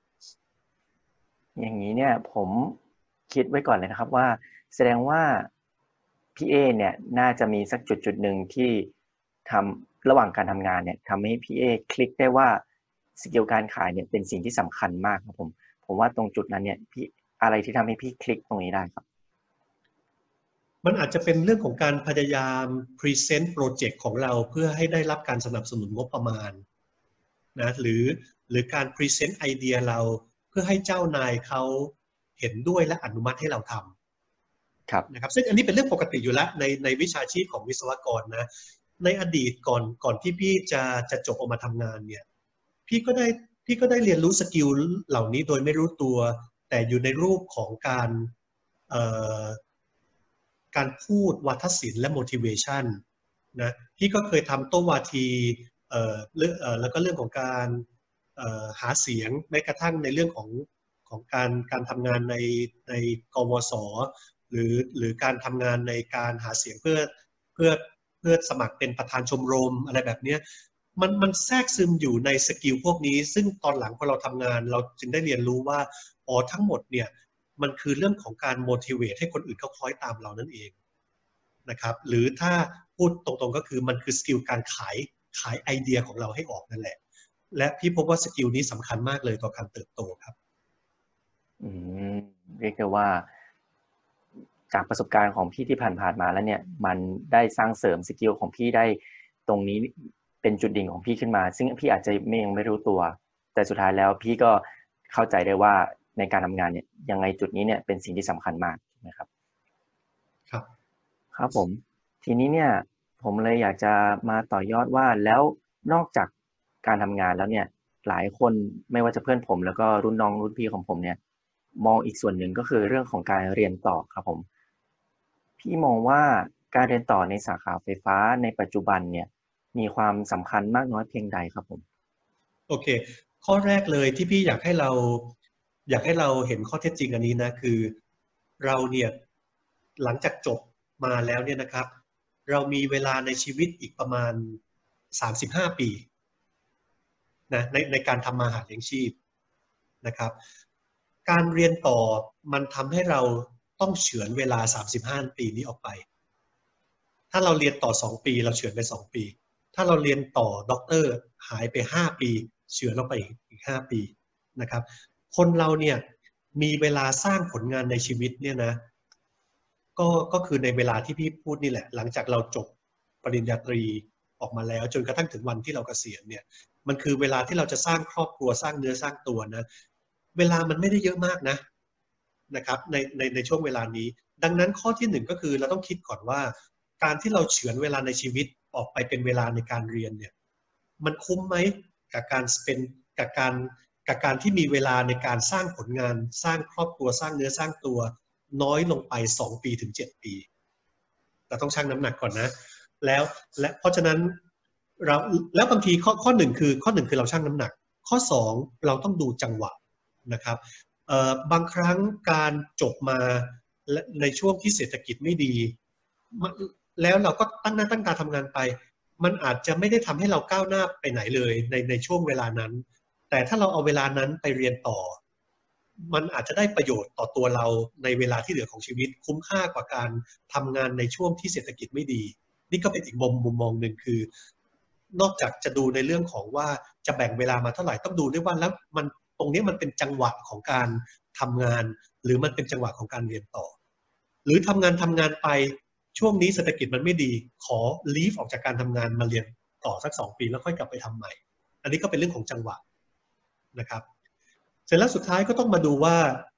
อย่างนี้เนี่ยผมคิดไว้ก่อนเลยนะครับว่าแสดงว่าพี่เอเนี่ยน่าจะมีสักจุดจุดหนึ่งที่ทำระหว่างการทำงานเนี่ยทำให้พี่เอคลิกได้ว่าสกิลการขายเนี่ยเป็นสิ่งที่สำคัญมากครับผมผมว่าตรงจุดนั้นเนี่ยพี่อะไรที่ทำให้พี่คลิกตรงนี้ได้ครับมันอาจจะเป็นเรื่องของการพยายามพรีเซนต์โปรเจกต์ของเราเพื่อให้ได้รับการสนับสนุนงบประมาณนะหรือหรือการพรีเซนต์ไอเดียเราเพื่อให้เจ้านายเขาเห็นด้วยและอนุมัติให้เราทำครับนะครับซึ่งอันนี้เป็นเรื่องปกติอยู่แล้วในในวิชาชีพของวิศวกรนะในอดีตก่อนก่อนที่พี่จะจะจบออกมาทำงานเนี่ยพี่ก็ได้พี่ก็ได้เรียนรู้สกิลเหล่านี้โดยไม่รู้ตัวแต่อยู่ในรูปของการเอ่อการพูดวาทศิลป์และ motivation นะพี่ก็เคยทำโต้วาทีเอ่อเรื่องเอ่อแล้วก็เรื่องของการเอ่อหาเสียงแม้กระทั่งในเรื่องของของการการทำงานในในกวสหรือหรือการทำงานในการหาเสียงเพื่อเพื่อเพื่อสมัครเป็นประธานชมรมอะไรแบบนี้มันมันแทรกซึมอยู่ในสกิลพวกนี้ซึ่งตอนหลังพอเราทำงานเราจึงได้เรียนรู้ว่าอ๋อทั้งหมดเนี่ยมันคือเรื่องของการ motivate ให้คนอื่นเขาคล้อยตามเรานั่นเองนะครับหรือถ้าพูดตรงๆก็คือมันคือสกิลการขายขายไอเดียของเราให้ออกนั่นแหละและพี่พบว่าสกิลนี้สำคัญมากเลยต่อการเติบโตครับอืมเรียกได้ว่าจากประสบการณ์ของพี่ที่ผ่านๆมาแล้วเนี่ยมันได้สร้างเสริมสกิลของพี่ได้ตรงนี้เป็นจุดดิ่งของพี่ขึ้นมาซึ่งพี่อาจจะไม่ยังไม่รู้ตัวแต่สุดท้ายแล้วพี่ก็เข้าใจได้ว่าในการทำงานเนี่ยยังไงจุดนี้เนี่ยเป็นสิ่งที่สำคัญมากนะครับครับครับผมทีนี้เนี่ยผมเลยอยากจะมาต่อยอดว่าแล้วนอกจากการทำงานแล้วเนี่ยหลายคนไม่ว่าจะเพื่อนผมแล้วก็รุ่นน้องรุ่นพี่ของผมเนี่ยมองอีกส่วนหนึ่งก็คือเรื่องของการเรียนต่อครับผมพี่มองว่าการเรียนต่อในสาขาไฟฟ้าในปัจจุบันเนี่ยมีความสำคัญมากน้อยเพียงใดครับผมโอเคข้อแรกเลยที่พี่อยากให้เราอยากให้เราเห็นข้อเท็จจริงอันนี้นะคือเราเนี่ยหลังจากจบมาแล้วเนี่ยนะครับเรามีเวลาในชีวิตอีกประมาณสามสิบห้าปีนะในในการทำมาหาเลี้ยงชีพนะครับการเรียนต่อมันทำให้เราต้องเฉือนเวลาสามสิบห้าปีนี้ออกไปถ้าเราเรียนต่อสองปีเราเฉือนไปสองปีถ้าเราเรียนต่อด็อกเตอร์หายไปห้าปีเฉือนเราไปอีกห้าปีนะครับคนเราเนี่ยมีเวลาสร้างผลงานในชีวิตเนี่ยนะก็ก็คือในเวลาที่พี่พูดนี่แหละหลังจากเราจบปริญญาตรีออกมาแล้วจนกระทั่งถึงวันที่เราเกษียณเนี่ยมันคือเวลาที่เราจะสร้างครอบครัวสร้างเนื้อสร้างตัวนะเวลามันไม่ได้เยอะมากนะนะครับในในในช่วงเวลานี้ดังนั้นข้อที่หนึ่งก็คือเราต้องคิดก่อนว่าการที่เราเฉือนเวลาในชีวิตออกไปเป็นเวลาในการเรียนเนี่ยมันคุ้มไหมกับการเป็นกับการกับการที่มีเวลาในการสร้างผลงานสร้างครอบครัวสร้างเนื้อสร้างตัวน้อยลงไปสองปีถึงเจ็ดปีเราต้องชั่งน้ำหนักก่อนนะแล้วและเพราะฉะนั้นเราแล้วบางทีข้อข้อหนึ่งคือข้อหนึ่งคือเราชั่งน้ำหนักข้อสองเราต้องดูจังหวะนะครับเอ่อบางครั้งการจบมาในช่วงที่เศรษฐกิจไม่ดีแล้วเราก็ตั้งหน้าตั้งตาทำงานไปมันอาจจะไม่ได้ทำให้เราก้าวหน้าไปไหนเลยในในช่วงเวลานั้นแต่ถ้าเราเอาเวลานั้นไปเรียนต่อมันอาจจะได้ประโยชน์ต่อตัวเราในเวลาที่เหลือของชีวิตคุ้มค่ากว่าการทำงานในช่วงที่เศรษฐกิจไม่ดีนี่ก็เป็นอีกมุมมุมมองหนึ่งคือนอกจากจะดูในเรื่องของว่าจะแบ่งเวลามาเท่าไหร่ต้องดูด้วยว่าแล้วมันตรงนี้มันเป็นจังหวะของการทำงานหรือมันเป็นจังหวะของการเรียนต่อหรือทำงานทำงานไปช่วงนี้เศรษฐกิจมันไม่ดีขอลีฟออกจากการทำงานมาเรียนต่อสักสองปีแล้วค่อยกลับไปทำใหม่อันนี้ก็เป็นเรื่องของจังหวะนะครับเสร็จแล้วสุดท้ายก็ต้องมาดูว่า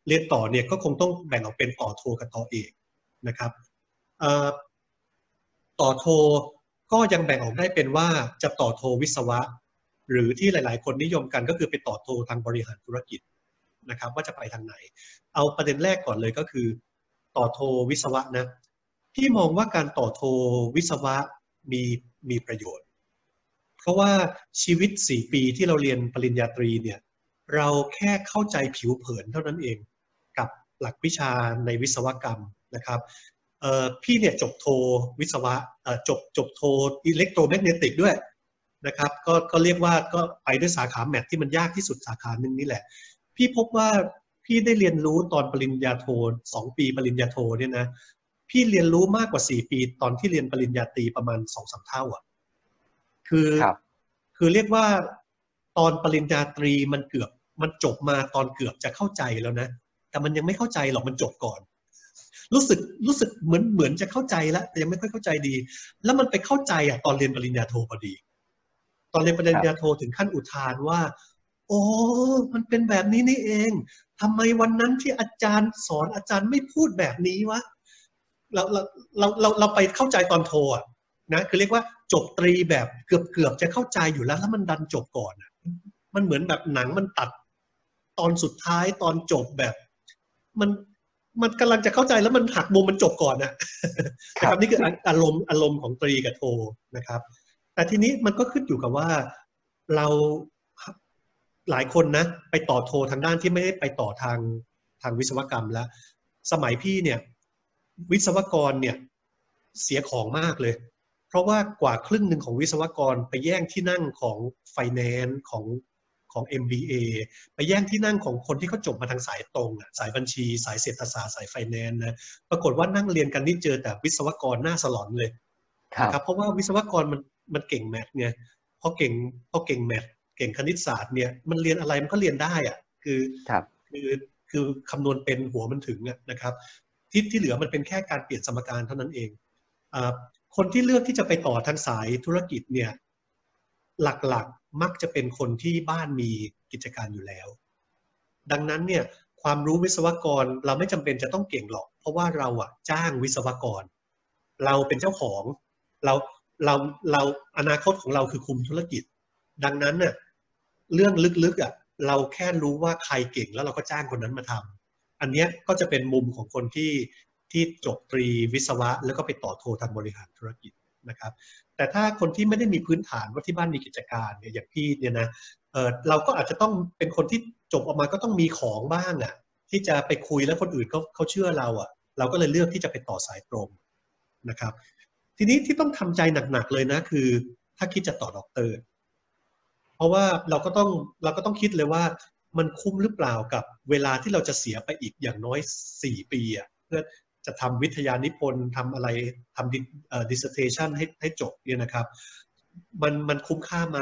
เรียนต่อเนี่ยก็คงต้องแบ่งออกเป็นต่อโทกับต่อเอกนะครับต่อโทก็ยังแบ่งออกได้เป็นว่าจะต่อโทวิศวะหรือที่หลายๆคนนิยมกันก็คือไปต่อโททางบริหารธุรกิจนะครับว่าจะไปทางไหนเอาประเด็นแรกก่อนเลยก็คือต่อโทวิศวะนะพี่มองว่าการต่อโทวิศวะมีมีประโยชน์เพราะว่าชีวิตสี่ปีที่เราเรียนปริญญาตรีเนี่ยเราแค่เข้าใจผิวเผินเท่านั้นเองกับหลักวิชาในวิศวกรรมนะครับเอ่อพี่เนี่ยจบโทวิศวะเอ่อจบจบโทอิเล็กโทรแมกเนติกด้วยนะครับก็ก็เรียกว่าก็ไปด้วยสาขาแมทที่มันยากที่สุดสาขาหนึ่งนี่แหละพี่พบว่าพี่ได้เรียนรู้ตอนปริญญาโทสองปีปริญญาโทเนี่ยนะพี่เรียนรู้มากกว่าสี่ปีตอนที่เรียนปริญญาตรีประมาณ สองถึงสาม เท่าอ่ะคือคือเรียกว่าตอนปริญญาตรีมันเกือบมันจบมาตอนเกือบจะเข้าใจแล้วนะแต่มันยังไม่เข้าใจหรอกมันจบก่อนรู้สึกรู้สึกเหมือนเหมือนจะเข้าใจแล้วแต่ยังไม่ค่อยเข้าใจดีแล้วมันไปเข้าใจอ่ะตอนเรียนปริญญาโทพอดีตอนเรียนปริญญาโทถึงขั้นอุทานว่าโอ้มันเป็นแบบนี้นี่เองทำไมวันนั้นที่อาจารย์สอนอาจารย์ไม่พูดแบบนี้วะเราเราเราเราเราไปเข้าใจตอนโทอ่ะนะคือเรียกว่าจบตรีแบบเกือบเกือบจะเข้าใจอยู่แล้วแล้วมันดันจบก่อนอ่ะมันเหมือนแบบหนังมันตัดตอนสุดท้ายตอนจบแบบมันมันกำลังจะเข้าใจแล้วมันหักมุมมันจบก่อนนะนะครับนี่คืออารมณ์อารมณ์ของตรีกับโทนะครับแต่ทีนี้มันก็ขึ้นอยู่กับว่าเราหลายคนนะไปต่อโททางด้านที่ไม่ได้ไปต่อทางทางวิศวกรรมแล้วสมัยพี่เนี่ยวิศวกรเนี่ยเสียของมากเลยเพราะว่ากว่าครึ่งหนึ่งของวิศวกรไปแย่งที่นั่งของไฟแนนซ์ของของ เอ็ม บี เอ ไปแย่งที่นั่งของคนที่เขาจบมาทางสายตรงสายบัญชีสายเศรษฐศาสตร์สายไฟแนนซ์นะปรากฏว่านั่งเรียนกันนี่เจอแต่วิศวกรหน้าสลอนเลยนะครับเพราะว่าวิศวกรมันมันเก่งแมทไงพอเก่งพอเก่งแมทเก่งคณิตศาสตร์เนี่ยมันเรียนอะไรมันก็เรียนได้อะคือคือคือคำนวณเป็นหัวมันถึงนะครับที่ที่เหลือมันเป็นแค่การเปลี่ยนสมการเท่านั้นเองคนที่เลือกที่จะไปต่อทางสายธุรกิจเนี่ยหลักๆมักจะเป็นคนที่บ้านมีกิจการอยู่แล้วดังนั้นเนี่ยความรู้วิศวกรเราไม่จำเป็นจะต้องเก่งหรอกเพราะว่าเราอะจ้างวิศวกรเราเป็นเจ้าของเราเราเราอนาคตของเราคือคุมธุรกิจดังนั้นเนี่ยเรื่องลึกๆอ่ะเราแค่รู้ว่าใครเก่งแล้วเราก็จ้างคนนั้นมาทำอันนี้ก็จะเป็นมุมของคนที่ที่จบตรีวิศวะแล้วก็ไปต่อโททางบริหารธุรกิจนะครับแต่ถ้าคนที่ไม่ได้มีพื้นฐานว่าที่บ้านมีกิจการเนี่ยอย่างพี่เนี่ยนะเออเราก็อาจจะต้องเป็นคนที่จบออกมาก็ต้องมีของบ้างอ่ะที่จะไปคุยแล้วคนอื่นเขาเขาเชื่อเราอ่ะเราก็เลยเลือกที่จะไปต่อสายตรงนะครับทีนี้ที่ต้องทำใจหนักๆเลยนะคือถ้าคิดจะต่อด็อกเตอร์เพราะว่าเราก็ต้องเราก็ต้องคิดเลยว่ามันคุ้มหรือเปล่ากับเวลาที่เราจะเสียไปอีกอย่างน้อยสี่ปีอ่ะเพื่อจะทำวิทยานิพนธ์ทำอะไรทำ dissertation ให้ให้จบเนี่ยนะครับมันมันคุ้มค่าไหม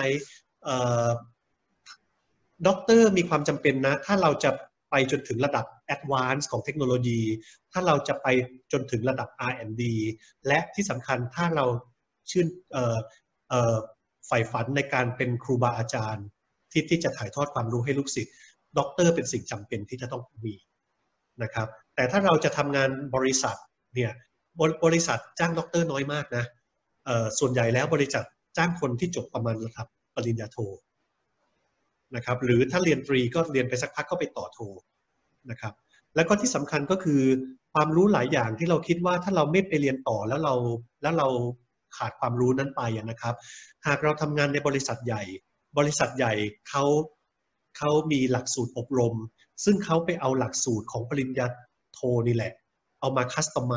ด็อกเตอร์มีความจำเป็นนะถ้าเราจะไปจนถึงระดับ advance ของเทคโนโลยีถ้าเราจะไปจนถึงระดับ อาร์ แอนด์ ดี และที่สำคัญถ้าเราชื่นเอ่อเอ่อใฝ่ฝันในการเป็นครูบาอาจารย์ที่ที่จะถ่ายทอดความรู้ให้ลูกศิษย์ด็อกเตอร์เป็นสิ่งจำเป็นที่จะต้องมีนะครับแต่ถ้าเราจะทำงานบริษัทเนี่ยบริษัทจ้างด็อกเตอร์น้อยมากนะเอ่อส่วนใหญ่แล้วบริษัทจ้างคนที่จบประมาณระดับปริญญาโทนะครับหรือถ้าเรียนตรีก็เรียนไปสักพักก็ไปต่อโทนะครับแล้วก็ที่สำคัญก็คือความรู้หลายอย่างที่เราคิดว่าถ้าเราไม่ไปเรียนต่อแล้วเราแล้วเราขาดความรู้นั้นไปนะครับหากเราทำงานในบริษัทใหญ่บริษัทใหญ่เขาเขามีหลักสูตรอบรมซึ่งเขาไปเอาหลักสูตรของปริญญาโทนี่แหละเอามาคัสตอมไม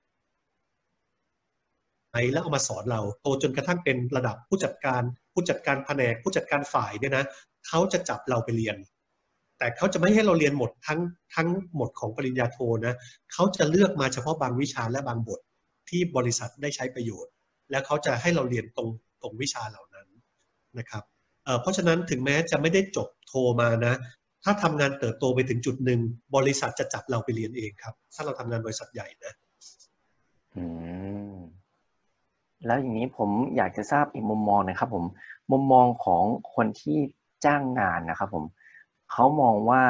ซ์แล้วเอามาสอนเราโตจนกระทั่งเป็นระดับผู้จัดการผู้จัดการแผนกผู้จัดการฝ่ายเนี่ยนะเขาจะจับเราไปเรียนแต่เขาจะไม่ให้เราเรียนหมดทั้งทั้งหมดของปริญญาโทนะเขาจะเลือกมาเฉพาะบางวิชาและบางบทที่บริษัทได้ใช้ประโยชน์แล้วเขาจะให้เราเรียนตรงตรงวิชาเหล่านั้นนะครับเอ่อเพราะฉะนั้นถึงแม้จะไม่ได้จบโทมานะถ้าทำงานเติบโตไปถึงจุดหนึ่งบริษัทจะจับเราไปเรียนเองครับถ้าเราทำงานบริษัทใหญ่นะอืมแล้วอย่างนี้ผมอยากจะทราบอีกมุมมองนะครับผมมุมมองของคนที่จ้างงานนะครับผมเขามองว่า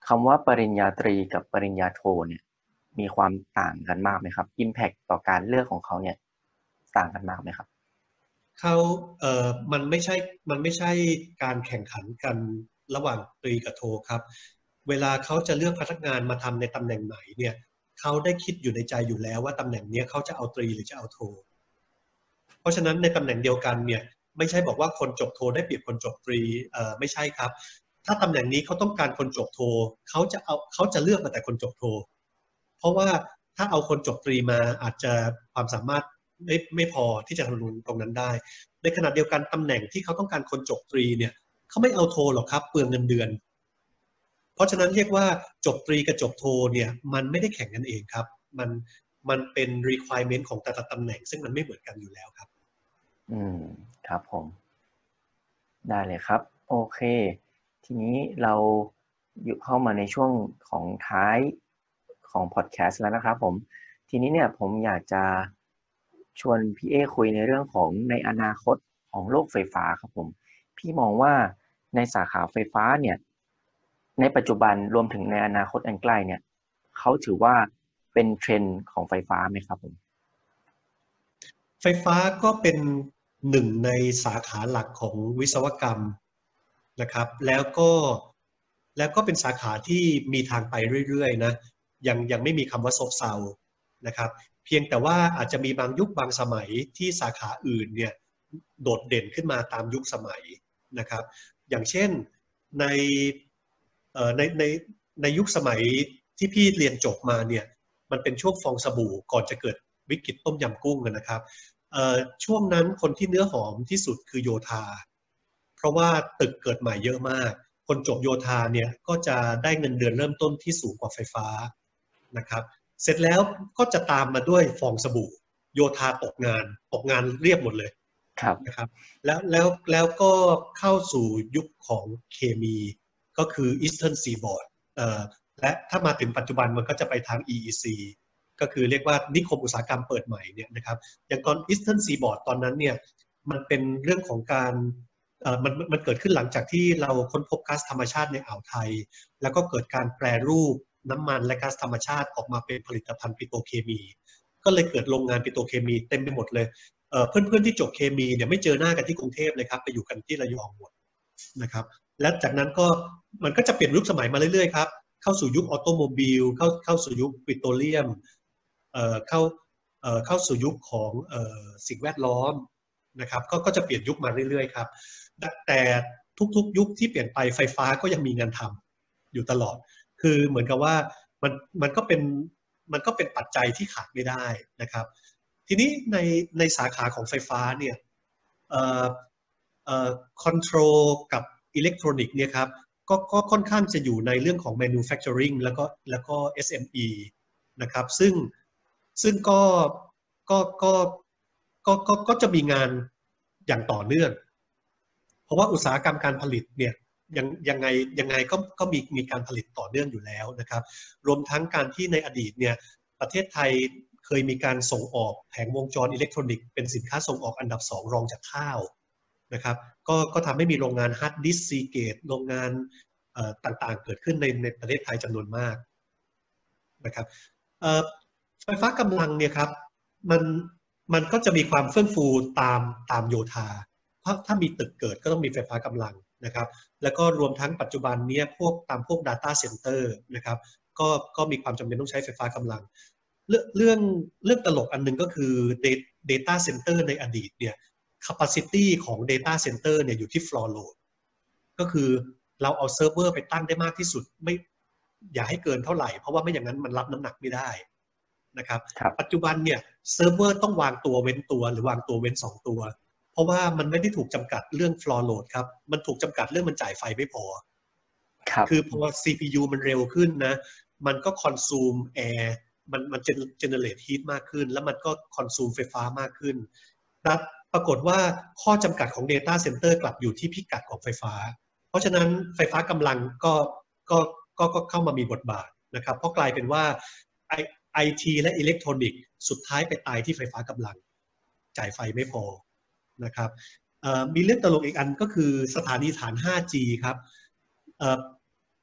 คำว่าปริญญาตรีกับปริญญาโทเนี่ยมีความต่างกันมากไหมครับ impact ต่อการเลือกของเขาเนี่ยต่างกันมากไหมครับเขาเอ่อมันไม่ใช่มันไม่ใช่การแข่งขันกันระหว่างตรีกับโทครับเวลาเขาจะเลือกพนักงานมาทำในตำแหน่งไหนเนี่ยเขาได้คิดอยู่ในใจอยู่แล้วว่าตำแหน่งนี้เขาจะเอาตรีหรือจะเอาโทเพราะฉะนั้นในตำแหน่งเดียวกันเนี่ยไม่ใช่บอกว่าคนจบโทได้เปรียบคนจบตรีเอ่อไม่ใช่ครับถ้าตำแหน่งนี้เขาต้องการคนจบโทเขาจะเอาเขาจะเลือกมาแต่คนจบโทเพราะว่าถ้าเอาคนจบตรีมาอาจจะความสามารถไม่ไม่พอที่จะทำตรงนั้นได้ในขณะเดียวกันตำแหน่งที่เขาต้องการคนจบตรีเนี่ยเขาไม่เอาโทหรอกครับเปลืองเงินเดือนเพราะฉะนั้นเรียกว่าจบตรีกับจบโทเนี่ยมันไม่ได้แข่งกันเองครับมันมันเป็น requirement ของแต่ละตำแหน่งซึ่งมันไม่เหมือนกันอยู่แล้วครับอืมครับผมได้เลยครับโอเคทีนี้เราอยู่เข้ามาในช่วงของท้ายของพอดแคสต์แล้วนะครับผมทีนี้เนี่ยผมอยากจะชวนพี่เอคุยในเรื่องของในอนาคตของโลกไฟฟ้าครับผมพี่มองว่าในสาขาไฟฟ้าเนี่ยในปัจจุบันรวมถึงในอนาคตอันใกล้เนี่ยเขาถือว่าเป็นเทรนด์ของไฟฟ้าไหมครับผมไฟฟ้าก็เป็นหนึ่งในสาขาหลักของวิศวกรรมนะครับแล้วก็แล้วก็เป็นสาขาที่มีทางไปเรื่อยๆนะยังยังไม่มีคำว่าซบเซานะครับเพียงแต่ว่าอาจจะมีบางยุคบางสมัยที่สาขาอื่นเนี่ยโดดเด่นขึ้นมาตามยุคสมัยนะครับอย่างเช่นในในในในยุคสมัยที่พี่เรียนจบมาเนี่ยมันเป็นช่วงฟองสบู่ก่อนจะเกิดวิกฤตต้มยำกุ้งนะครับช่วงนั้นคนที่เนื้อหอมที่สุดคือโยธาเพราะว่าตึกเกิดใหม่เยอะมากคนจบโยธาเนี่ยก็จะได้เงินเดือนเริ่มต้นที่สูงกว่าไฟฟ้านะครับเสร็จแล้วก็จะตามมาด้วยฟองสบู่โยธาตกงานตกงานเรียบหมดเลยนะครับแล้วแล้วแล้วก็เข้าสู่ยุคของเคมีก็คือ Eastern Seaboard และถ้ามาถึงปัจจุบันมันก็จะไปทาง อี อี ซี ก็คือเรียกว่านิคมอุตสาหกรรมเปิดใหม่เนี่ยนะครับอย่างตอน Eastern Seaboard ตอนนั้นเนี่ยมันเป็นเรื่องของการเอ่อมันมันเกิดขึ้นหลังจากที่เราค้นพบก๊าซธรรมชาติในอ่าวไทยแล้วก็เกิดการแปรรูปน้ำมันและก๊าซธรรมชาติออกมาเป็นผลิตภัณฑ์ปิโตรเคมีก็เลยเกิดโรงงานปิโตรเคมีเต็มไปหมดเลยเอ่อเพื่อนๆที่จบเคมีเนี่ยไม่เจอหน้ากันที่กรุงเทพเลยครับไปอยู่กันที่ระยองหมดนะครับและจากนั้นก็มันก็จะเปลี่ยนยุคสมัยมาเรื่อยๆครับเข้าสู่ยุคออโตโมบิลเข้าเข้าสู่ยุคปิโตรเลียมเอ่อเข้าเอ่อเข้าสู่ยุคของเอ่อสิ่งแวดล้อมนะครับก็ก็จะเปลี่ยนยุคมาเรื่อยๆครับแต่ทุกๆยุคที่เปลี่ยนไปไฟฟ้าก็ยังมีงานทำอยู่ตลอดคือเหมือนกับว่ามันมันก็เป็นมันก็เป็นปัจจัยที่ขาดไม่ได้นะครับทีนี้ในในสาขาของไฟฟ้าเนี่ยเอ่อเอ่อคอนโทรลกับอิเล็กทรอนิกส์เนี่ยครับก็ก็ค่อนข้างจะอยู่ในเรื่องของ manufacturing แล้วก็แล้วก็ เอส เอ็ม อี นะครับซึ่งซึ่งก็ก็ก็ก็ก็ก็จะมีงานอย่างต่อเนื่องเพราะว่าอุตสาหกรรมการผลิตเนี่ยยังยังไงยังไงก็ก็มีมีการผลิตต่อเนื่องอยู่แล้วนะครับรวมทั้งการที่ในอดีตเนี่ยประเทศไทยเคยมีการส่งออกแผงวงจรอิเล็กทรอนิกส์เป็นสินค้าส่งออกอันดับสองรองจากข้าวนะครับก็ก็ทำให้มีโรงงานฮาร์ดดิสก์ซีเกตโรงงานต่างๆเกิดขึ้นในในประเทศไทยจำนวนมากนะครับไฟฟ้ากำลังเนี่ยครับมันมันก็จะมีความเฟื่องฟูตามตามโยธาเพราะถ้ามีตึกเกิดก็ต้องมีไฟฟ้ากำลังนะครับแล้วก็รวมทั้งปัจจุบันนี้พวกตามพวก data center นะครับก็ก็มีความจำเป็นต้องใช้ไฟฟ้ากำลังเรื่องเรื่องเรื่องตลกอันนึงก็คือ data center ในอดีตเนี่ย capacity ของ data center เนี่ยอยู่ที่ floor load ก็คือเราเอาเซิร์ฟเวอร์ไปตั้งได้มากที่สุดไม่อย่าให้เกินเท่าไหร่เพราะว่าไม่อย่างนั้นมันรับน้ำหนักไม่ได้นะครับปัจจุบันเนี่ยเซิร์ฟเวอร์ต้องวางตัวเว้นตัวหรือวางตัวเว้นสองตัวเพราะว่ามันไม่ได้ถูกจำกัดเรื่อง floor load ครับมันถูกจำกัดเรื่องมันจ่ายไฟไม่พอคือพอ ซี พี ยู มันเร็วขึ้นนะมันก็ consume air มันมัน generate heat มากขึ้นแล้วมันก็ consume ไฟฟ้ามากขึ้นแต่ปรากฏว่าข้อจำกัดของ data center กลับอยู่ที่พิกัดของไฟฟ้าเพราะฉะนั้นไฟฟ้ากำลังก็ก็ก็ก็เข้ามามีบทบาทนะครับเพราะกลายเป็นว่าไอ ที และอิเล็กทรอนิกส์สุดท้ายไปตายที่ไฟฟ้ากำลังจ่ายไฟไม่พอนะครับมีเรื่องตลกอีกอันก็คือสถานีฐาน ห้าจี ครับ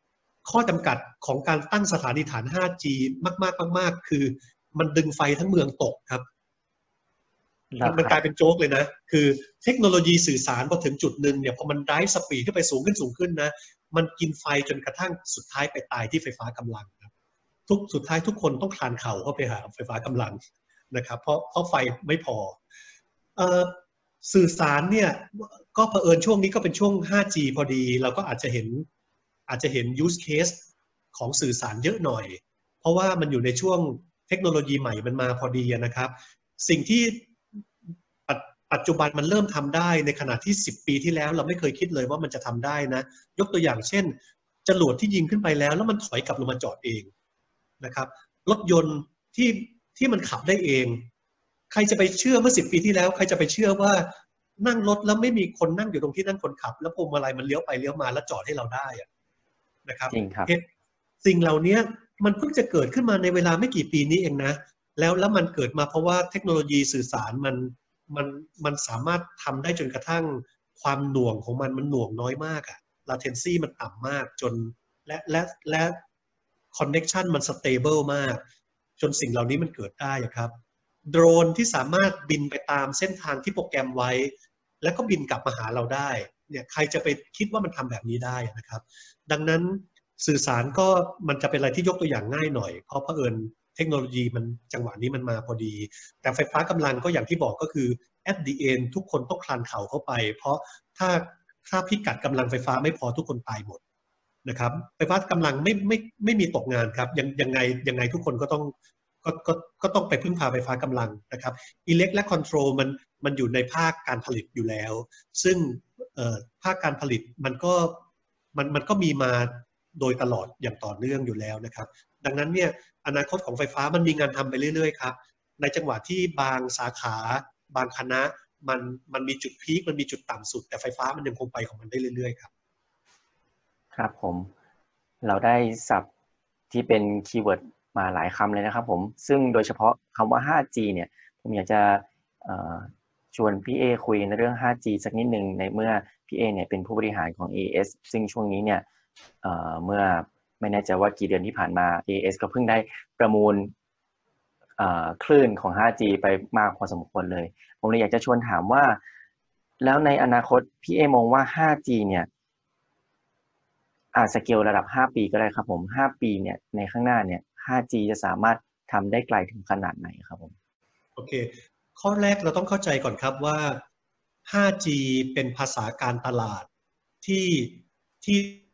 ข้อจำกัดของการตั้งสถานีฐาน ห้าจี มากๆมากๆคือมันดึงไฟทั้งเมืองตกครับมันกลายเป็นโจ๊กเลยนะคือเทคโนโลยีสื่อสารพอถึงจุดหนึ่งเนี่ยพอมันไดรฟ์สปีดขึ้นไปสูงขึ้นสูงขึ้นนะมันกินไฟจนกระทั่งสุดท้ายไปตายที่ไฟฟ้ากำลังครับทุกสุดท้ายทุกคนต้องคลานเข่าเข้าไปหาไฟฟ้ากำลังนะครับเพราะเพราะไฟไม่พอเอ่อสื่อสารเนี่ยก็เผอิญช่วงนี้ก็เป็นช่วง ห้าจี พอดีเราก็อาจจะเห็นอาจจะเห็น use case ของสื่อสารเยอะหน่อยเพราะว่ามันอยู่ในช่วงเทคโนโลยีใหม่มันมาพอดีนะครับสิ่งที่ปัจจุบันมันเริ่มทำได้ในขณะที่สิบปีที่แล้วเราไม่เคยคิดเลยว่ามันจะทำได้นะยกตัวอย่างเช่นจรวดที่ยิงขึ้นไปแล้วแล้วมันถอยกลับลงมาจอดเองนะครับรถยนต์ที่ที่มันขับได้เองใครจะไปเชื่อเมื่อสิบปีที่แล้วใครจะไปเชื่อว่านั่งรถแล้วไม่มีคนนั่งอยู่ตรงที่นั่งคนขับแล้วพวงมาลัยมันเลี้ยวไปเลี้ยวมาแล้วจอดให้เราได้นะครับจริงครับสิ่งเหล่านี้มันเพิ่งจะเกิดขึ้นมาในเวลาไม่กี่ปีนี้เองนะแล้วแล้วมันเกิดมาเพราะว่าเทคโนโลยีสื่อสารมันมันมันสามารถทำได้จนกระทั่งความหน่วงของมันมันหน่วงน้อยมากอะ latency มันต่ำมากจนและและและ connection มัน stable มากจนสิ่งเหล่านี้มันเกิดได้ครับโดรนที่สามารถบินไปตามเส้นทางที่โปรแกรมไว้แล้วก็บินกลับมาหาเราได้เนี่ยใครจะไปคิดว่ามันทำแบบนี้ได้นะครับดังนั้นสื่อสารก็มันจะเป็นอะไรที่ยกตัวอย่างง่ายหน่อยเพราะเผอิญเทคโนโลยีมันจังหวะนี้มันมาพอดีแต่ไฟฟ้ากำลังก็อย่างที่บอกก็คือ at the end ทุกคนต้องคลานเข่าเข้าไปเพราะถ้าถ้าพิกัดกำลังไฟฟ้าไม่พอทุกคนตายหมดนะครับไฟฟ้ากำลังไม่ไม่ไม่มีตกงานครับยังยังไงยังไงทุกคนก็ต้องก็ก็ก็ต้องไปพึ่งพาไฟฟ้ากำลังนะครับ elect และ control มันมันอยู่ในภาคการผลิตอยู่แล้วซึ่งภาคการผลิตมันก็มันมันก็มีมาโดยตลอดอย่างต่อเนื่องอยู่แล้วนะครับดังนั้นเนี่ยอนาคตของไฟฟ้ามันมีงานทำไปเรื่อยๆครับในจังหวะที่บางสาขาบางคณะมันมันมีจุดพีคมันมีจุดต่ำสุดแต่ไฟฟ้ามันยังคงไปของมันได้เรื่อยๆครับครับผมเราได้ศัพท์ที่เป็นคีย์เวิร์ดมาหลายคำเลยนะครับผมซึ่งโดยเฉพาะคำว่า ห้าจี เนี่ยผมอยากจะชวนพี่เอคุยในเรื่อง ห้าจี สักนิดนึงในเมื่อพี่เอเนี่ยเป็นผู้บริหารของ เอ เอ เอส ซึ่งช่วงนี้เนี่ยเอ่อเมื่อไม่แน่ใจว่ากี่เดือนที่ผ่านมา เอ เอ เอส ก็เพิ่งได้ประมูลคลื่นของ ห้าจี ไปมากพอสมควรเลยผมเลยอยากจะชวนถามว่าแล้วในอนาคตพี่เอมองว่า ห้าจี เนี่ยอาจสเกลระดับห้าปีก็ได้ครับผมห้าปีเนี่ยในข้างหน้าเนี่ย ห้าจี จะสามารถทำได้ไกลถึงขนาดไหนครับผมโอเคข้อแรกเราต้องเข้าใจก่อนครับว่า ห้าจี เป็นภาษาการตลาดที่ที่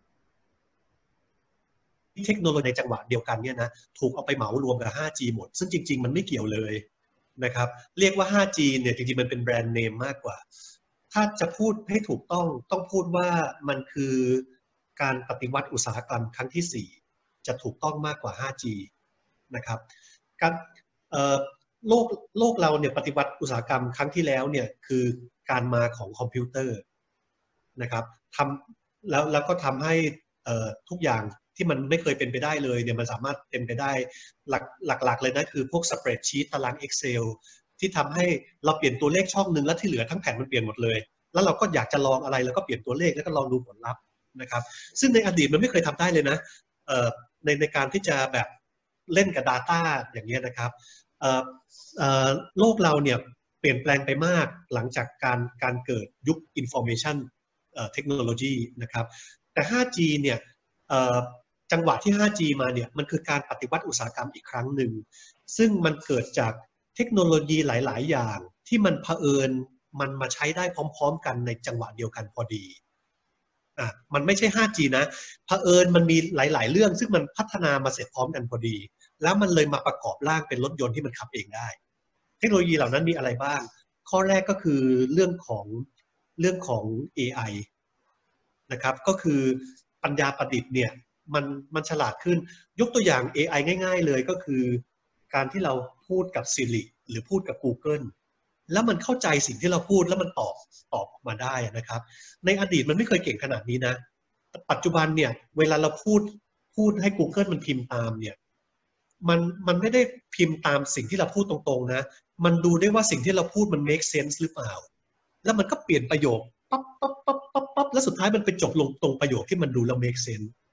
เทคโนโลยีในจังหวะเดียวกันเนี่ยนะถูกเอาไปเหมารวมกับ ห้าจี หมดซึ่งจริงๆมันไม่เกี่ยวเลยนะครับเรียกว่า ห้าจี เนี่ยจริงๆมันเป็นแบรนด์เนมมากกว่าถ้าจะพูดให้ถูกต้องต้องพูดว่ามันคือการปฏิวัติอุตสาหกรรมครั้งที่สี่จะถูกต้องมากกว่า ห้าจี นะครับการโลกโลกเราเนี่ยปฏิวัติอุตสาหกรรมครั้งที่แล้วเนี่ยคือการมาของคอมพิวเตอร์นะครับทำแล้วแล้วก็ทำให้ทุกอย่างที่มันไม่เคยเป็นไปได้เลยเนี่ยมันสามารถเป็นไปได้หลักหลักๆเลยนะคือพวกสเปรดชีตตาราง Excel ที่ทำให้เราเปลี่ยนตัวเลขช่องนึงแล้วที่เหลือทั้งแผ่นมันเปลี่ยนหมดเลยแล้วเราก็อยากจะลองอะไรแล้วก็เปลี่ยนตัวเลขแล้วก็ลองดูผลลัพธ์นะครับซึ่งในอดีตมันไม่เคยทำได้เลยนะในในการที่จะแบบเล่นกับ Data อย่างนี้นะครับโลกเราเนี่ยเปลี่ยนแปลงไปมากหลังจากการการเกิดยุค Information Technology นะครับแต่ ห้าจี เนี่ยจังหวะที่ ห้าจี มาเนี่ยมันคือการปฏิวัติอุตสาหกรรมอีกครั้งหนึ่งซึ่งมันเกิดจากเทคโนโลยีหลายๆอย่างที่มันเผอิญมันมาใช้ได้พร้อมๆกันในจังหวะเดียวกันพอดีอ่ะมันไม่ใช่ ห้าจี นะเผอิญมันมีหลายๆเรื่องซึ่งมันพัฒนามาเสร็จพร้อมกันพอดีแล้วมันเลยมาประกอบร่างเป็นรถยนต์ที่มันขับเองได้เทคโนโลยีเหล่านั้นมีอะไรบ้างข้อแรกก็คือเรื่องของเรื่องของ เอ ไอ นะครับก็คือปัญญาประดิษฐ์เนี่ยมันมันฉลาดขึ้นยกตัวอย่าง เอ ไอ ง่ายๆเลยก็คือการที่เราพูดกับ Siri หรือพูดกับ Google แล้วมันเข้าใจสิ่งที่เราพูดแล้วมันตอบตอบมาได้นะครับในอดีตมันไม่เคยเก่งขนาดนี้นะปัจจุบันเนี่ยเวลาเราพูดพูดให้ Google มันพิมพ์ตามเนี่ยมันมันไม่ได้พิมพ์ตามสิ่งที่เราพูดตรงๆนะมันดูได้ว่าสิ่งที่เราพูดมัน make sense หรือเปล่าแล้วมันก็เปลี่ยนประโยคปั๊บปั๊บปั๊บปั๊บปั๊บแล้วสุดท้ายมันไปจบลงตรงประโยคที่มันดูแล้ว make sense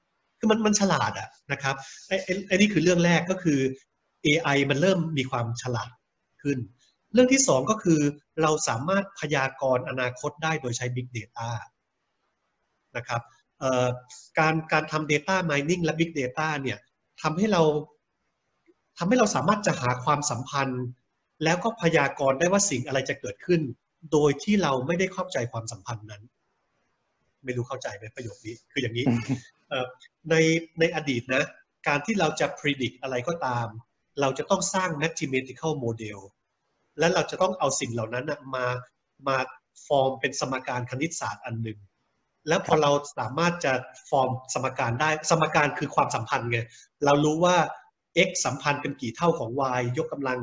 คือมันมันฉลาดอะนะครับไอ้ไอ้นี่คือเรื่องแรกก็คือ เอ ไอ มันเริ่มมีความฉลาดขึ้นเรื่องที่สองก็คือเราสามารถพยากรณ์อนาคตได้โดยใช้ Big Data นะครับการการทำ Data Mining และ Big Data เนี่ยทำให้เราทำให้เราสามารถจะหาความสัมพันธ์แล้วก็พยากรณ์ได้ว่าสิ่งอะไรจะเกิดขึ้นโดยที่เราไม่ได้เข้าใจความสัมพันธ์นั้นไม่รู้เข้าใจไหมประโยคนี้คืออย่างนี้ ในในอดีตนะการที่เราจะ predict อะไรก็ตามเราจะต้องสร้าง mathematical model และเราจะต้องเอาสิ่งเหล่านั้นมามาฟอร์มเป็นสมการคณิตศาสตร์อันหนึ่งแล้วพอเราสามารถจะฟอร์มสมการได้สมการคือความสัมพันธ์ไงเรารู้ว่า x สัมพันธ์เป็นกี่เท่าของ y ยกกำลัง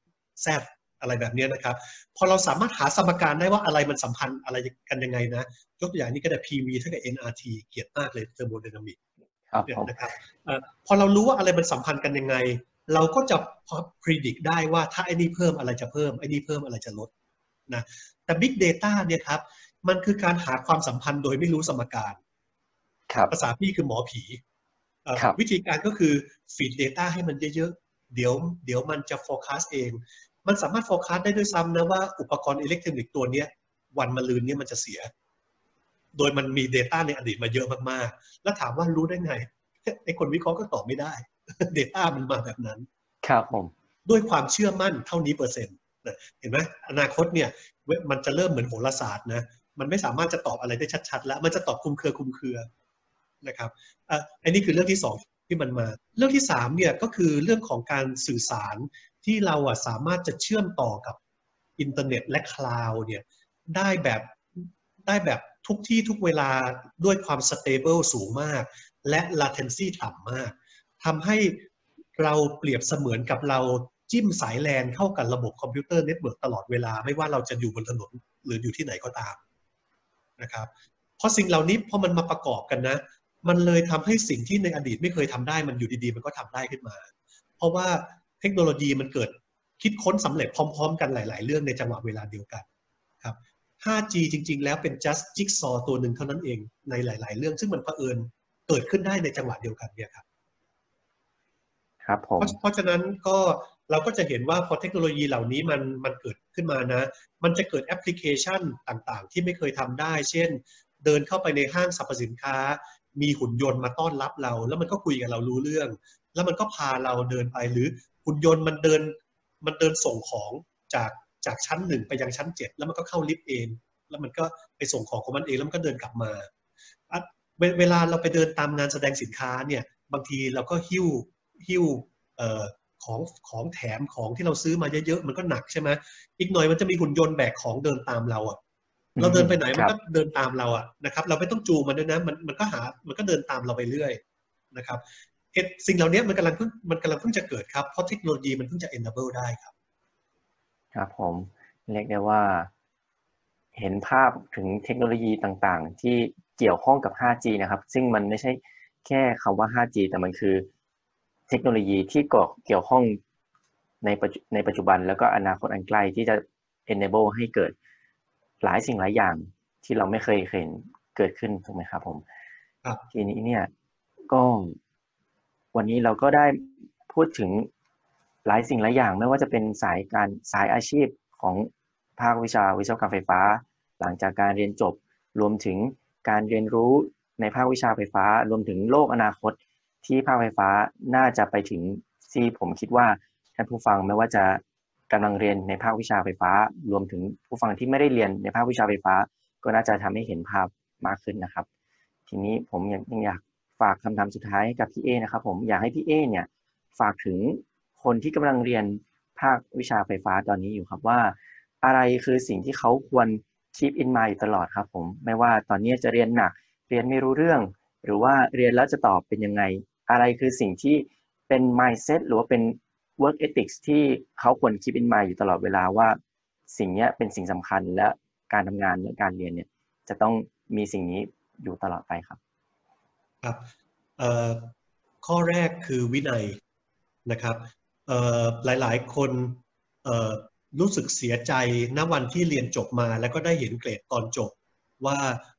z อะไรแบบนี้นะครับพอเราสามารถหาสมการได้ว่าอะไรมันสัมพันธ์อะไรกันยังไงนะยกตัวอย่างนี้ก็ได้ พี วี เท่ากับ เอ็น อาร์ ที เกลียดมากเลยเทอร์โมไดนามิกนะครับพอเรารู้ว่าอะไรมันสัมพันธ์กันยังไงเราก็จะ predict ได้ว่าถ้าไอ้นี่เพิ่มอะไรจะเพิ่มไอ้นี่เพิ่มอะไรจะลดนะแต่ Big Data เนี่ยครับมันคือการหาความสัมพันธ์โดยไม่รู้สมการภาษาพี่คือหมอผีวิธีการก็คือ feed data ให้มันเยอะๆเดี๋ยวเดี๋ยวมันจะ forecast เองมันสามารถ forecast ได้ด้วยซ้ำนะว่าอุปกรณ์อิเล็กทรอนิกส์ตัวนี้วันมะรืนนี้มันจะเสียโดยมันมี data ในอดีตมาเยอะมากๆแล้วถามว่ารู้ได้ไงไอ้คนวิเคราะห์ก็ตอบไม่ได้ data มันมาแบบนั้นครับผมด้วยความเชื่อมั่นเท่านี้เปอร์เซ็นต์เห็นไหมอนาคตเนี่ยมันจะเริ่มเหมือนโหราศาสตร์นะมันไม่สามารถจะตอบอะไรได้ชัดๆแล้วมันจะตอบคลุมเครือคลุมเครือนะครับอ่ะอันนี้คือเรื่องที่สองที่มันมาเรื่องที่สามเนี่ยก็คือเรื่องของการสื่อสารที่เราอ่ะสามารถจะเชื่อมต่อกับอินเทอร์เน็ตและคลาวด์เนี่ยได้แบบได้แบบทุกที่ทุกเวลาด้วยความ stable สูงมากและ latency ต่ำมากทำให้เราเปรียบเสมือนกับเราจิ้มสายแลนเข้ากับระบบคอมพิวเตอร์เน็ตเวิร์กตลอดเวลาไม่ว่าเราจะอยู่บนถนนหรืออยู่ที่ไหนก็ตามนะครับเพราะสิ่งเหล่านี้พอมันมาประกอบกันนะมันเลยทำให้สิ่งที่ในอดีตไม่เคยทำได้มันอยู่ดีๆมันก็ทำได้ขึ้นมาเพราะว่าเทคโนโลยีมันเกิดคิดค้นสำเร็จพร้อมๆกันหลายๆเรื่องในจังหวะเวลาเดียวกันครับ ห้าจี จริงๆแล้วเป็น just jigsaw ตัวหนึ่งเท่านั้นเองในหลายๆเรื่องซึ่งมันเผอิญเกิดขึ้นได้ในจังหวะเดียวกันเนี่ยครับครับผมเพราะฉะนั้นก็เราก็จะเห็นว่าพอเทคโนโลยีเหล่านี้มันมันเกิดขึ้นมานะมันจะเกิดแอปพลิเคชันต่างๆที่ไม่เคยทำได้เช่นเดินเข้าไปในห้างสรรพสินค้ามีหุ่นยนต์มาต้อนรับเราแล้วมันก็คุยกับเรารู้เรื่องแล้วมันก็พาเราเดินไปหรือหุ่นยนต์มันเดินมันเดินส่งของจากจากชั้นหนึ่งไปยังชั้นเจ็ดแล้วมันก็เข้าลิฟต์เองแล้วมันก็ไปส่งของของมันเองแล้วมันก็เดินกลับมาเวลาเราไปเดินตามงานแสดงสินค้าเนี่ยบางทีเราก็หิ้วหิ้วเอ่อของของแถมของที่เราซื้อมาเยอะๆมันก็หนักใช่ไหมอีกหน่อยมันจะมีหุ่นยนต์แบกของเดินตามเราอ่ะเราเดินไปไหนมันก็เดินตามเราอ่ะนะครับเราไม่ต้องจูงมันด้วยนะมันมันก็หามันก็เดินตามเราไปเรื่อยนะครับสิ่งเหล่านี้มันกำลังเพิ่งมันกำลังเพิ่งจะเกิดครับเพราะเทคโนโลยีมันเพิ่งจะ enable ได้ครับครับผมเรียกได้ว่าเห็นภาพถึงเทคโนโลยีต่างๆที่เกี่ยวข้องกับ ห้าจี นะครับซึ่งมันไม่ใช่แค่คำว่า ห้าจี แต่มันคือเทคโนโลยีที่เกี่ยวข้องในในปัจจุบันแล้วก็อนาคตอันใกล้ที่จะ enable ให้เกิดหลายสิ่งหลายอย่างที่เราไม่เคยเห็นเกิดขึ้นถูกไหมครับผมทีนี้เนี่ยก็วันนี้เราก็ได้พูดถึงหลายสิ่งหลายอย่างไม่ว่าจะเป็นสายการสายอาชีพของภาควิชาวิศวกรรมไฟฟ้าหลังจากการเรียนจบรวมถึงการเรียนรู้ในภาควิชาไฟฟ้ารวมถึงโลกอนาคตที่ภาคไฟฟ้าน่าจะไปถึงที่ผมคิดว่าท่านผู้ฟังไม่ว่าจะกำลังเรียนในภาควิชาไฟฟ้ารวมถึงผู้ฟังที่ไม่ได้เรียนในภาควิชาไฟฟ้าก็น่าจะทำให้เห็นภาพมากขึ้นนะครับทีนี้ผมยังอยากฝากคำถามสุดท้ายกับพี่เอนะครับผมอยากให้พี่เอเนี่ยฝากถึงคนที่กำลังเรียนภาควิชาไฟฟ้าตอนนี้อยู่ครับว่าอะไรคือสิ่งที่เขาควร keep in mind อยู่ตลอดครับผมไม่ว่าตอนนี้จะเรียนหนักเรียนไม่รู้เรื่องหรือว่าเรียนแล้วจะตอบเป็นยังไงอะไรคือสิ่งที่เป็น mindset หรือว่าเป็น work ethics ที่เขาควร keep in mind อยู่ตลอดเวลาว่าสิ่งนี้เป็นสิ่งสำคัญและการทำงานและการเรียนเนี่ยจะต้องมีสิ่งนี้อยู่ตลอดไปครับครับเอ่อข้อแรกคือวินัยนะครับเอ่อหลายๆคนเอ่อรู้สึกเสียใจณวันที่เรียนจบมาแล้วก็ได้เห็นเกรดตอนจบว่า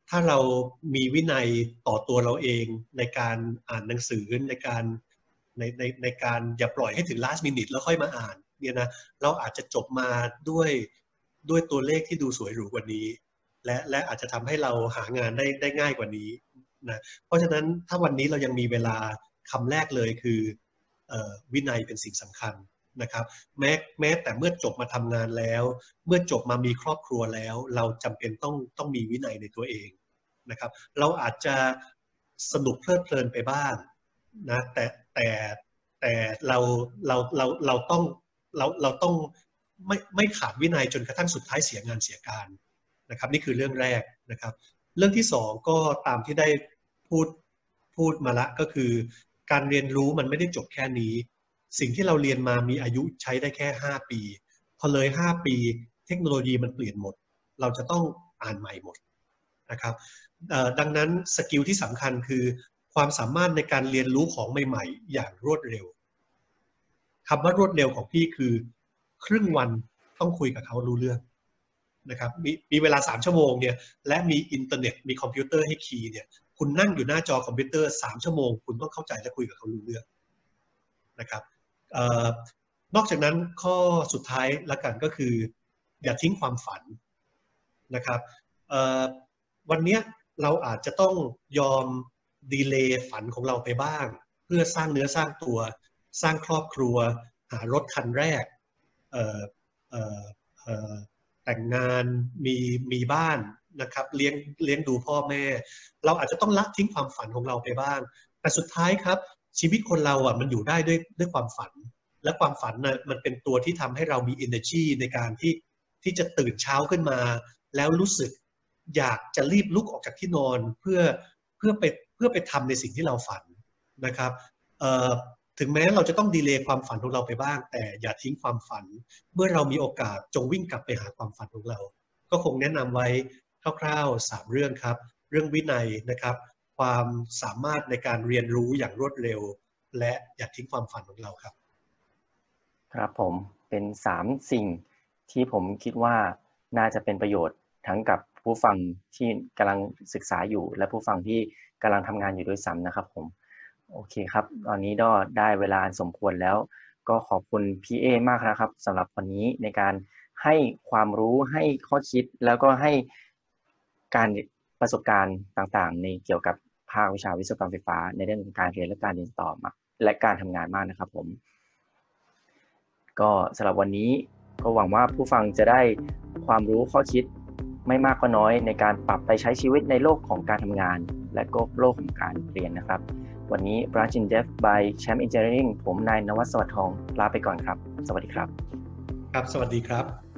ถ้าเรามีวินัยต่อตัวเราเองในการอ่านหนังสือในการในในในการอย่าปล่อยให้ถึง last minute แล้วค่อยมาอ่านเนี่ยนะเราอาจจะจบมาด้วยด้วยตัวเลขที่ดูสวยหรูกว่านี้และและอาจจะทำให้เราหางานได้ได้ง่ายกว่านี้นะเพราะฉะนั้นถ้าวันนี้เรายังมีเวลาคำแรกเลยคือเอ่อวินัยเป็นสิ่งสำคัญนะครับแม้แม้แต่เมื่อจบมาทำงานแล้วเมื่อจบมามีครอบครัวแล้วเราจำเป็นต้องต้องมีวินัยในตัวเองนะครับเราอาจจะสนุกเพลิดเพลินไปบ้างนะแต่แต่แต่เราเราเราเราต้องเราเราต้องไม่ไม่ขาดวินัยจนกระทั่งสุดท้ายเสียงานเสียการนะครับนี่คือเรื่องแรกนะครับเรื่องที่สองก็ตามที่ได้พูดพูดมาละก็คือการเรียนรู้มันไม่ได้จบแค่นี้สิ่งที่เราเรียนมามีอายุใช้ได้แค่ห้าปีพอเลยห้าปีเทคโนโลยีมันเปลี่ยนหมดเราจะต้องอ่านใหม่หมดนะครับดังนั้นสกิลที่สำคัญคือความสามารถในการเรียนรู้ของใหม่ๆอย่างรวดเร็วคำว่ารวดเร็วของพี่คือครึ่งวันต้องคุยกับเขารู้เรื่องนะครับมีมีเวลาสามชั่วโมงเนี่ยและมีอินเทอร์เน็ตมีคอมพิวเตอร์ให้คีย์เนี่ยคุณนั่งอยู่หน้าจอคอมพิวเตอร์สามชั่วโมงคุณต้องเข้าใจและคุยกับเขารู้เรื่องนะครับเอ่อนอกจากนั้นข้อสุดท้ายละกันก็คืออย่าทิ้งความฝันนะครับเอ่อวันนี้เราอาจจะต้องยอมดีเลย์ฝันของเราไปบ้างเพื่อสร้างเนื้อสร้างตัวสร้างครอบครัวหารถคันแรกเอ่อเอ่อเอ่อแต่งงานมีมีบ้านนะครับเลี้ยงเลี้ยงดูพ่อแม่เราอาจจะต้องละทิ้งความฝันของเราไปบ้างแต่สุดท้ายครับชีวิตคนเราอ่ะมันอยู่ได้ด้วยด้วยความฝันและความฝันน่ะมันเป็นตัวที่ทำให้เรามี energy ในการที่ที่จะตื่นเช้าขึ้นมาแล้วรู้สึกอยากจะรีบลุกออกจากที่นอนเพื่อเพื่อไปเพื่อไปทำในสิ่งที่เราฝันนะครับเอ่อถึงแม้เราจะต้องดีเลย์ความฝันของเราไปบ้างแต่อย่าทิ้งความฝันเมื่อเรามีโอกาสจงวิ่งกลับไปหาความฝันของเราก็คงแนะนำไว้คร่าวๆสามเรื่องครับเรื่องวินัยนะครับความสามารถในการเรียนรู้อย่างรวดเร็วและอย่าทิ้งความฝันของเราครับครับผมเป็นสามสิ่งที่ผมคิดว่าน่าจะเป็นประโยชน์ทั้งกับผู้ฟังที่กำลังศึกษาอยู่และผู้ฟังที่กำลังทำงานอยู่ด้วยซ้ำนะครับผมโอเคครับตอนนี้ก็ได้เวลาสมควรแล้วก็ขอบคุณพี่เอมากนะครับสำหรับวันนี้ในการให้ความรู้ให้ข้อคิดแล้วก็ให้การประสบการณ์ต่างๆในเกี่ยวกับภาควิชาวิศวกรรมไฟฟ้าในเรื่องของการเรียนและการเรียนต่อมาและการทำงานมากนะครับผมก็สำหรับวันนี้ก็หวังว่าผู้ฟังจะได้ความรู้ข้อคิดไม่มากก็น้อยในการปรับไปใช้ชีวิตในโลกของการทำงานและก็โลกของการเรียนนะครับวันนี้ Branch in Depth by Champ Engineering ผมนายนวัฒน์สวัสดิ์ทองลาไปก่อนครับสวัสดีครับครับสวัสดีครับ